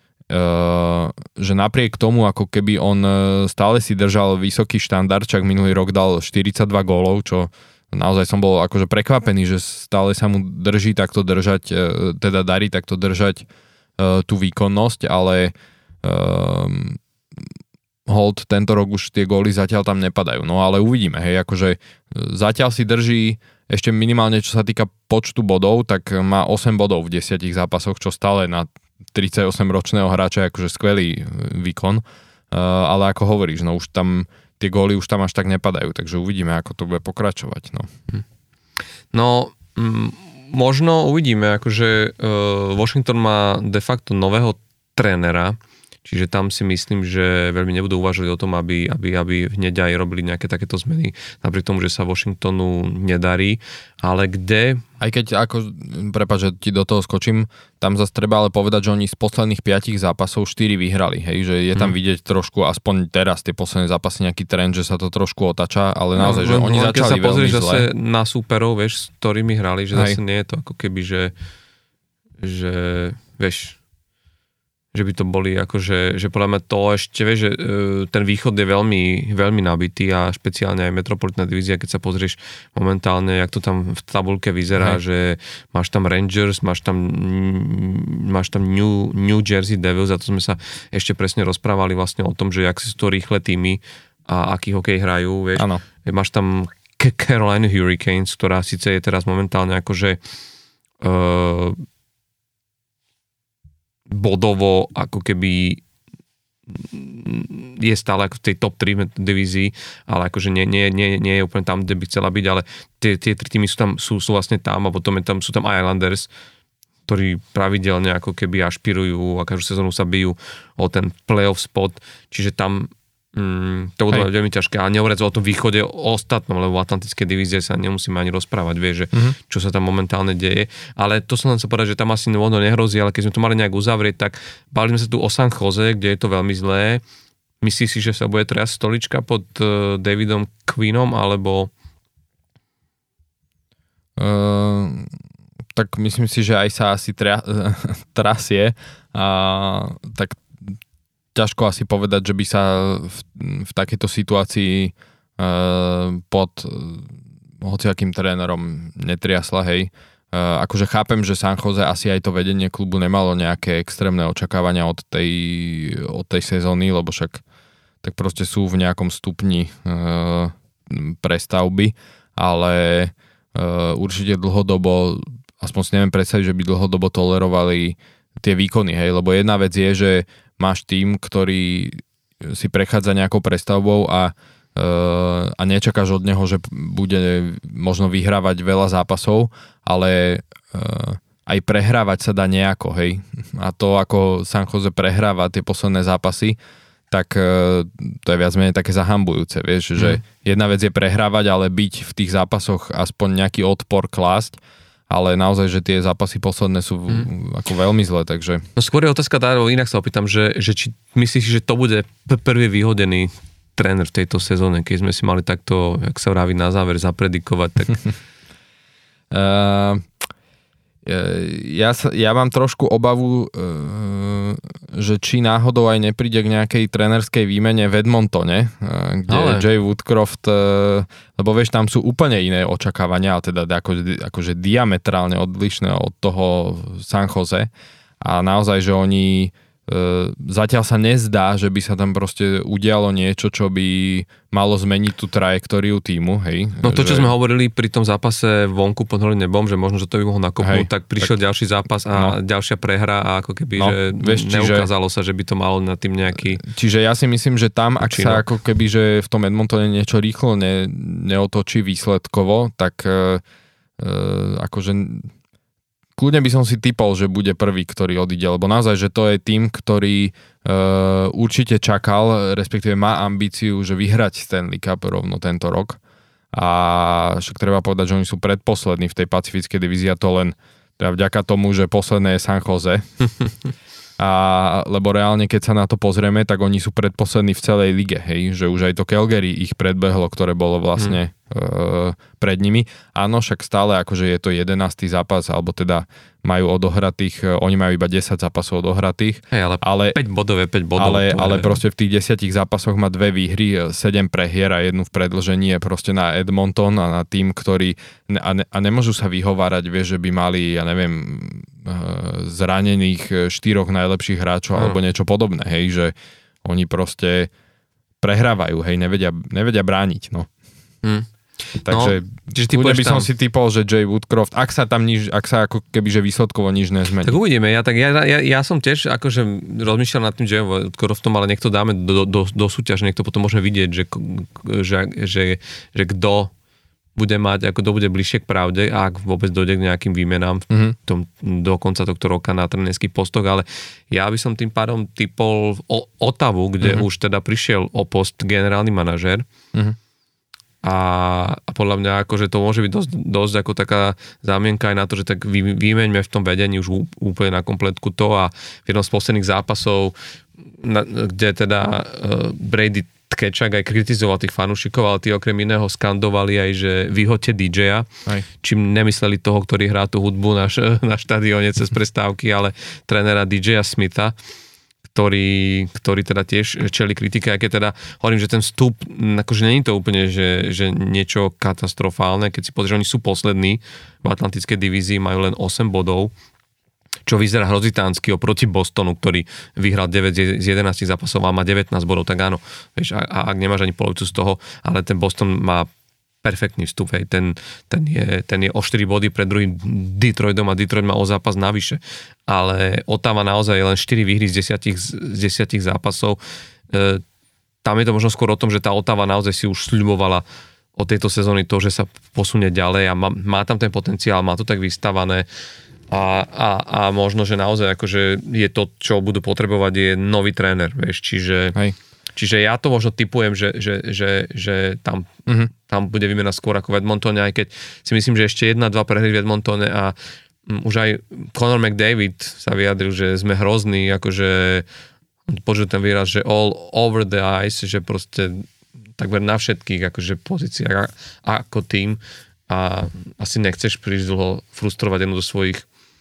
Uh, že napriek tomu, ako keby on stále si držal vysoký štandard, čak minulý rok dal štyridsaťdva gólov, čo naozaj som bol akože prekvapený, že stále sa mu drží takto držať, uh, teda darí takto držať uh, tú výkonnosť, ale uh, hold, tento rok už tie góly zatiaľ tam nepadajú. No ale uvidíme, hej, akože zatiaľ si drží ešte minimálne, čo sa týka počtu bodov, tak má osem bodov v desiatich zápasoch, čo stále na tridsaťosemročného hráča je akože skvelý výkon, uh, ale ako hovoríš, no už tam tie góly už tam až tak nepadajú, takže uvidíme, ako to bude pokračovať. No, no m- možno uvidíme, akože uh, Washington má de facto nového trénera, čiže tam si myslím, že veľmi nebudú uvažovať o tom, aby, aby, aby hneď aj robili nejaké takéto zmeny, napriek tomu, že sa Washingtonu nedarí, ale kde... Aj keď, ako, prepáč, že ti do toho skočím, tam zase treba ale povedať, že oni z posledných piatich zápasov štyri vyhrali, hej, že je tam hmm. vidieť trošku, aspoň teraz tie posledné zápasy, nejaký trend, že sa to trošku otača, ale naozaj, no, že oni začali veľmi zle. Keď sa pozrieš zase na súperov, vieš, s ktorými hrali, že zase hej. nie je to ako keby, že, že vieš, že by to boli akože, že podľa mňa to ešte, vieš, že ten východ je veľmi, veľmi nabitý a špeciálne aj metropolitná divízia, keď sa pozrieš momentálne, jak to tam v tabulke vyzerá, Hej. že máš tam Rangers, máš tam, máš tam New, New Jersey Devils, a to sme sa ešte presne rozprávali vlastne o tom, že jak si sú to rýchle týmy a aký hokej hrajú, vieš. Áno. Máš tam Carolina Hurricanes, ktorá síce je teraz momentálne akože uh, bodovo ako keby je stále ako v tej top tri divízii, ale akože nie, nie, nie, nie je úplne tam, kde by chcela byť, ale tie, tie tri týmy sú tam, sú, sú vlastne tam a potom je tam, sú tam Islanders, ktorí pravidelne ako keby ašpirujú a každú sezónu sa bijú o ten playoff spot, čiže tam Mm, to bude veľmi ťažké, ale nehovoriac o tom východe o ostatnom, lebo v atlantickej divízie sa nemusíme ani rozprávať, vieš, že mm-hmm. čo sa tam momentálne deje, ale to som len sa povedať, že tam asi vodno nehrozí, ale keď sme to mali nejak uzavrieť, tak bavili sme sa tu o San Jose, kde je to veľmi zlé. Myslíš si, že sa bude triasť stolička pod uh, Davidom Quinnom, alebo uh, tak myslím si, že aj sa asi tria, trasie a tak ťažko asi povedať, že by sa v, v takejto situácii uh, pod uh, hociakým trénerom netriasla, hej. Uh, akože chápem, že San Jose asi aj to vedenie klubu nemalo nejaké extrémne očakávania od tej, od tej sezóny, lebo však tak proste sú v nejakom stupni uh, prestavby, ale uh, určite dlhodobo, aspoň si neviem predstaviť, že by dlhodobo tolerovali tie výkony, hej, lebo jedna vec je, že máš tím, ktorý si prechádza nejakou prestavbou a, e, a nečakáš od neho, že bude možno vyhrávať veľa zápasov, ale e, aj prehrávať sa dá nejako, hej. A to, ako San Jose prehráva tie posledné zápasy, tak e, to je viac menej také zahambujúce, vieš, mm. že jedna vec je prehrávať, ale byť v tých zápasoch aspoň nejaký odpor klásť, ale naozaj, že tie zápasy posledné sú mm. ako veľmi zlé, takže... No skôr je otázka, Dáro, inak sa opýtam, že, že či myslíš, že to bude p- prvý vyhodený tréner v tejto sezóne, keď sme si mali takto, jak sa vraví na záver, zapredikovať, tak... uh, ja, sa, ja mám trošku obavu, uh, že či náhodou aj nepríde k nejakej trénerskej výmene v Edmontone, uh, kde ale... Jay Woodcroft, uh, lebo vieš, tam sú úplne iné očakávania, ale teda ako, akože diametrálne odlišné od toho San Jose a naozaj, že oni uh, zatiaľ sa nezdá, že by sa tam proste udialo niečo, čo by malo zmeniť tú trajektóriu týmu, hej. No to, čo že... sme hovorili pri tom zápase vonku pod holým nebom, že možno, že to by mohol nakopnúť, tak prišiel tak... ďalší zápas a no. ďalšia prehra a ako keby, no, že vieš, neukázalo čiže... sa, že by to malo na tým nejaký... Čiže ja si myslím, že tam, ak účinok. Sa ako keby, že v tom Edmontone niečo rýchlo ne, neotočí výsledkovo, tak uh, uh, akože kľudne by som si typol, že bude prvý, ktorý odíde, lebo naozaj, že to je tým, ktorý uh, určite čakal, respektíve má ambíciu, že vyhrať Stanley Cup rovno tento rok. A však treba povedať, že oni sú predposlední v tej pacifickej divízii, a to len teda vďaka tomu, že posledné je San Jose. A, lebo reálne, keď sa na to pozrieme, tak oni sú predposlední v celej lige, hej, že už aj to Calgary ich predbehlo, ktoré bolo vlastne hmm. e, pred nimi. Áno, však stále akože je to jedenásty zápas, alebo teda majú odohratých, oni majú iba desať zápasov odohratých. Hej, ale, ale päť bodov je päť bodov. Ale, ale proste v tých desiatich zápasoch má dve výhry, sedem prehier a jednu v predĺžení je proste na Edmonton a na tým, ktorý a, ne, a nemôžu sa vyhovárať, vieš, že by mali, ja neviem, zranených štyroch najlepších hráčov, hmm. alebo niečo podobné, hej, že oni proste prehrávajú, hej, nevedia, nevedia brániť, no. Hmm. Takže no, kľudne by som tam... si typol, že Jay Woodcroft, ak sa tam nič, ak sa ako keby, že výsledkovo nič nezmení. Tak uvidíme, ja, tak ja, ja, ja som tiež akože rozmýšľal nad tým Jay Woodcroftom, ale nech to dáme do, do, do súťaže, nech to potom môžeme vidieť, že, že, že, že kto bude mať, ako to bude bližšie k pravde, ak vôbec dojde k nejakým výmenám mm-hmm. v tom, do konca tohto roka na trénerských postoch, ale ja by som tým pádom typol o Ottawu, kde mm-hmm. už teda prišiel o post generálny manažér mm-hmm. a, a podľa mňa akože to môže byť dosť, dosť ako taká zámienka aj na to, že tak vy, vymeňme v tom vedení už úplne na kompletku to a v jednom z posledných zápasov, na, kde teda uh, Brady Tkečak aj kritizoval tých fanúšikov, ale tí okrem iného skandovali aj, že vyhoďte dý džeja, čím nemysleli toho, ktorý hrá tú hudbu na, na štadióne cez prestávky, ale trénera dý džeja Smitha, ktorý, ktorý teda tiež čeli kritike, aj keď teda hovorím, že ten vstup, akože není to úplne, že, že niečo katastrofálne, keď si pozrieš, oni sú poslední v Atlantickej divízii, majú len osem bodov, čo vyzerá hrozitánsky oproti Bostonu, ktorý vyhral deväť z jedenástich zápasov a má devätnásť bodov, tak áno, vieš, a, a ak nemáš ani polovicu z toho, ale ten Boston má perfektný vstup, hej, ten, ten, je, ten je o štyri body pred druhým Detroitom a Detroit má o zápas navyše, ale Ottawa naozaj len štyri výhry z desiatich, z desiatich zápasov, e, tam je to možno skôr o tom, že tá Ottawa naozaj si už sľubovala od tejto sezóny to, že sa posunie ďalej a má, má tam ten potenciál, má to tak vystavané. A, a, a možno, že naozaj akože je to, čo budú potrebovať, je nový tréner, vieš, čiže, čiže ja to možno tipujem, že, že, že, že tam, uh-huh. tam bude výmena skôr ako v Edmontone, aj keď si myslím, že ešte jedna, dva prehry v Edmontone a um, už aj Conor McDavid sa vyjadril, že sme hrozní, akože počuť ten výraz, že all over the ice, že proste takmer na všetkých akože pozíciách ako tým a asi nechceš príliš dlho frustrovať jednu do svojich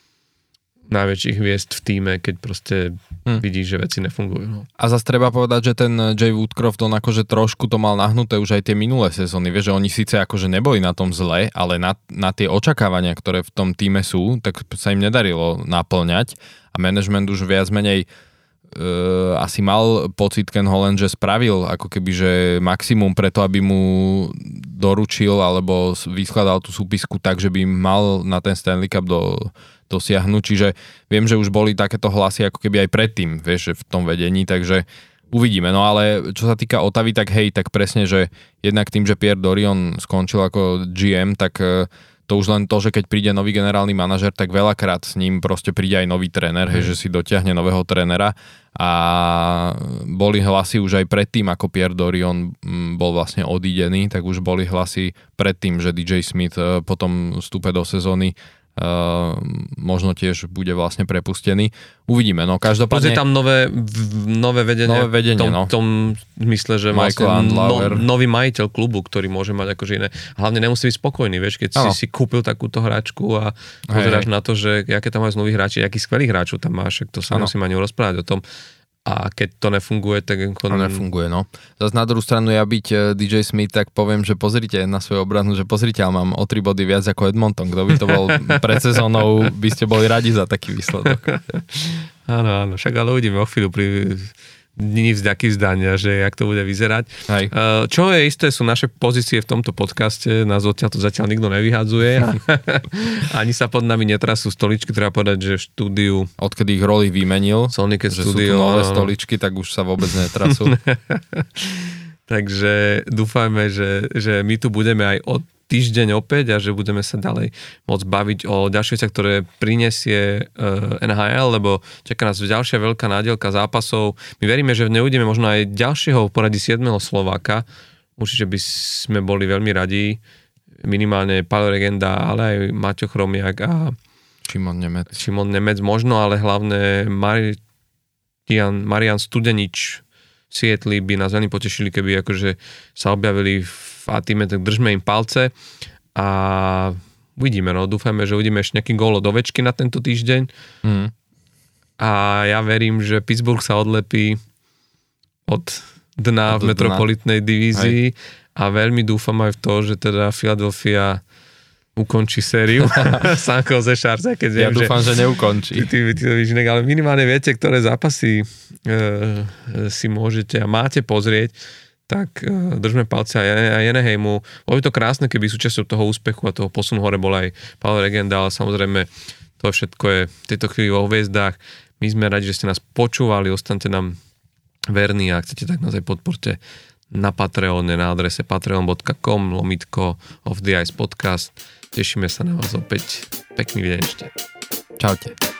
najväčších hviezd v tíme, keď proste hmm. vidíš, že veci nefungujú. No. A zase treba povedať, že ten Jay Woodcroft, on akože trošku to mal nahnuté už aj tie minulé sezóny. Vieš, že oni síce akože neboli na tom zle, ale na, na tie očakávania, ktoré v tom tíme sú, tak sa im nedarilo naplňať a management už viac menej Uh, asi mal pocit Ken Holland, že spravil ako keby, že maximum preto, aby mu doručil alebo vyskladal tú súpisku tak, že by mal na ten Stanley Cup do, dosiahnuť. Čiže viem, že už boli takéto hlasy ako keby aj predtým, vieš, že v tom vedení, takže uvidíme. No ale čo sa týka Ottavy, tak hej, tak presne, že jednak tým, že Pierre Dorion skončil ako gé em, tak uh, to už len to, že keď príde nový generálny manažer, tak veľakrát s ním proste príde aj nový tréner, hej, že si dotiahne nového trénera a boli hlasy už aj predtým, ako Pierre Dorion bol vlastne odídený, tak už boli hlasy predtým, že dý džej Smith po tom vstupe do sezóny Uh, možno tiež bude vlastne prepustený. Uvidíme, no každopádne... Plus je tam nové, nové vedenie, nové vedenie v tom, no. tom mysle, že vlastne no, nový majiteľ klubu, ktorý môže mať akože iné. Hlavne nemusí byť spokojný, vieš, keď ano. si si kúpil takúto hračku a pozeráš na to, že aké tam máš nových hráči, akých skvelých hráčov tam máš, to sa ano. musím ani rozprávať o tom. A keď to nefunguje, tak... To nefunguje, no. Zas na druhú stranu ja byť dý džej Smith, tak poviem, že pozrite na svoju obranu, že pozrite, ale mám o tri body viac ako Edmonton. Kto by to bol pred sezónou, by ste boli radi za taký výsledok. Áno, áno, však ale uvidíme o chvíľu pri dni vzďaky vzdania, že jak to bude vyzerať. Hej. Čo je isté, sú naše pozície v tomto podcaste, nás odtiaľ to zatiaľ nikto nevyhadzuje. Ani sa pod nami netrasú stoličky, treba povedať, že v štúdiu... Odkedy ich Rolly vymenil, Sonic že studio, sú tu nové stoličky, tak už sa vôbec netrasú. Takže dúfajme, že, že my tu budeme aj od týždeň opäť a že budeme sa ďalej môcť baviť o ďalších veciach, ktoré prinesie uh, en há el, lebo čaká nás ďalšia veľká nádielka zápasov. My veríme, že neuvidíme možno aj ďalšieho v poradí siedmeho Slováka. Určite by sme boli veľmi radi. Minimálne Paolo Regenda, ale aj Maťo Chromiak a Šimon Nemec. Šimon Nemec možno, ale hlavne Marian, Marian Studenič v Sietli by nás veľmi potešili, keby akože sa objavili v a týme, tak držme im palce a uvidíme, no, dúfajme, že uvidíme ešte nejaký gól od Ovečky na tento týždeň mm. a ja verím, že Pittsburgh sa odlepí od dna od v metropolitnej dna. divízii Hej. a veľmi dúfam aj v to, že teda Philadelphia ukončí sériu San Jose Sharks, keď ja viem, dúfam, že, že neukončí. Ty, ty, ty, ty, ale minimálne viete, ktoré zápasy e, si môžete a máte pozrieť, tak uh, držme palce aj Janeheimu. Bolo by to krásne, keby súčasťou toho úspechu a toho posunu hore bola aj Paolo Regenda, ale samozrejme to všetko je v tejto chvíli vo hviezdách. My sme radi, že ste nás počúvali, ostaňte nám verní a ak chcete, tak nás aj podporte na Patreone na adrese patreon bodka com lomitko Off the Ice podcast. Tešíme sa na vás opäť. Pekný deň ešte. Čaute.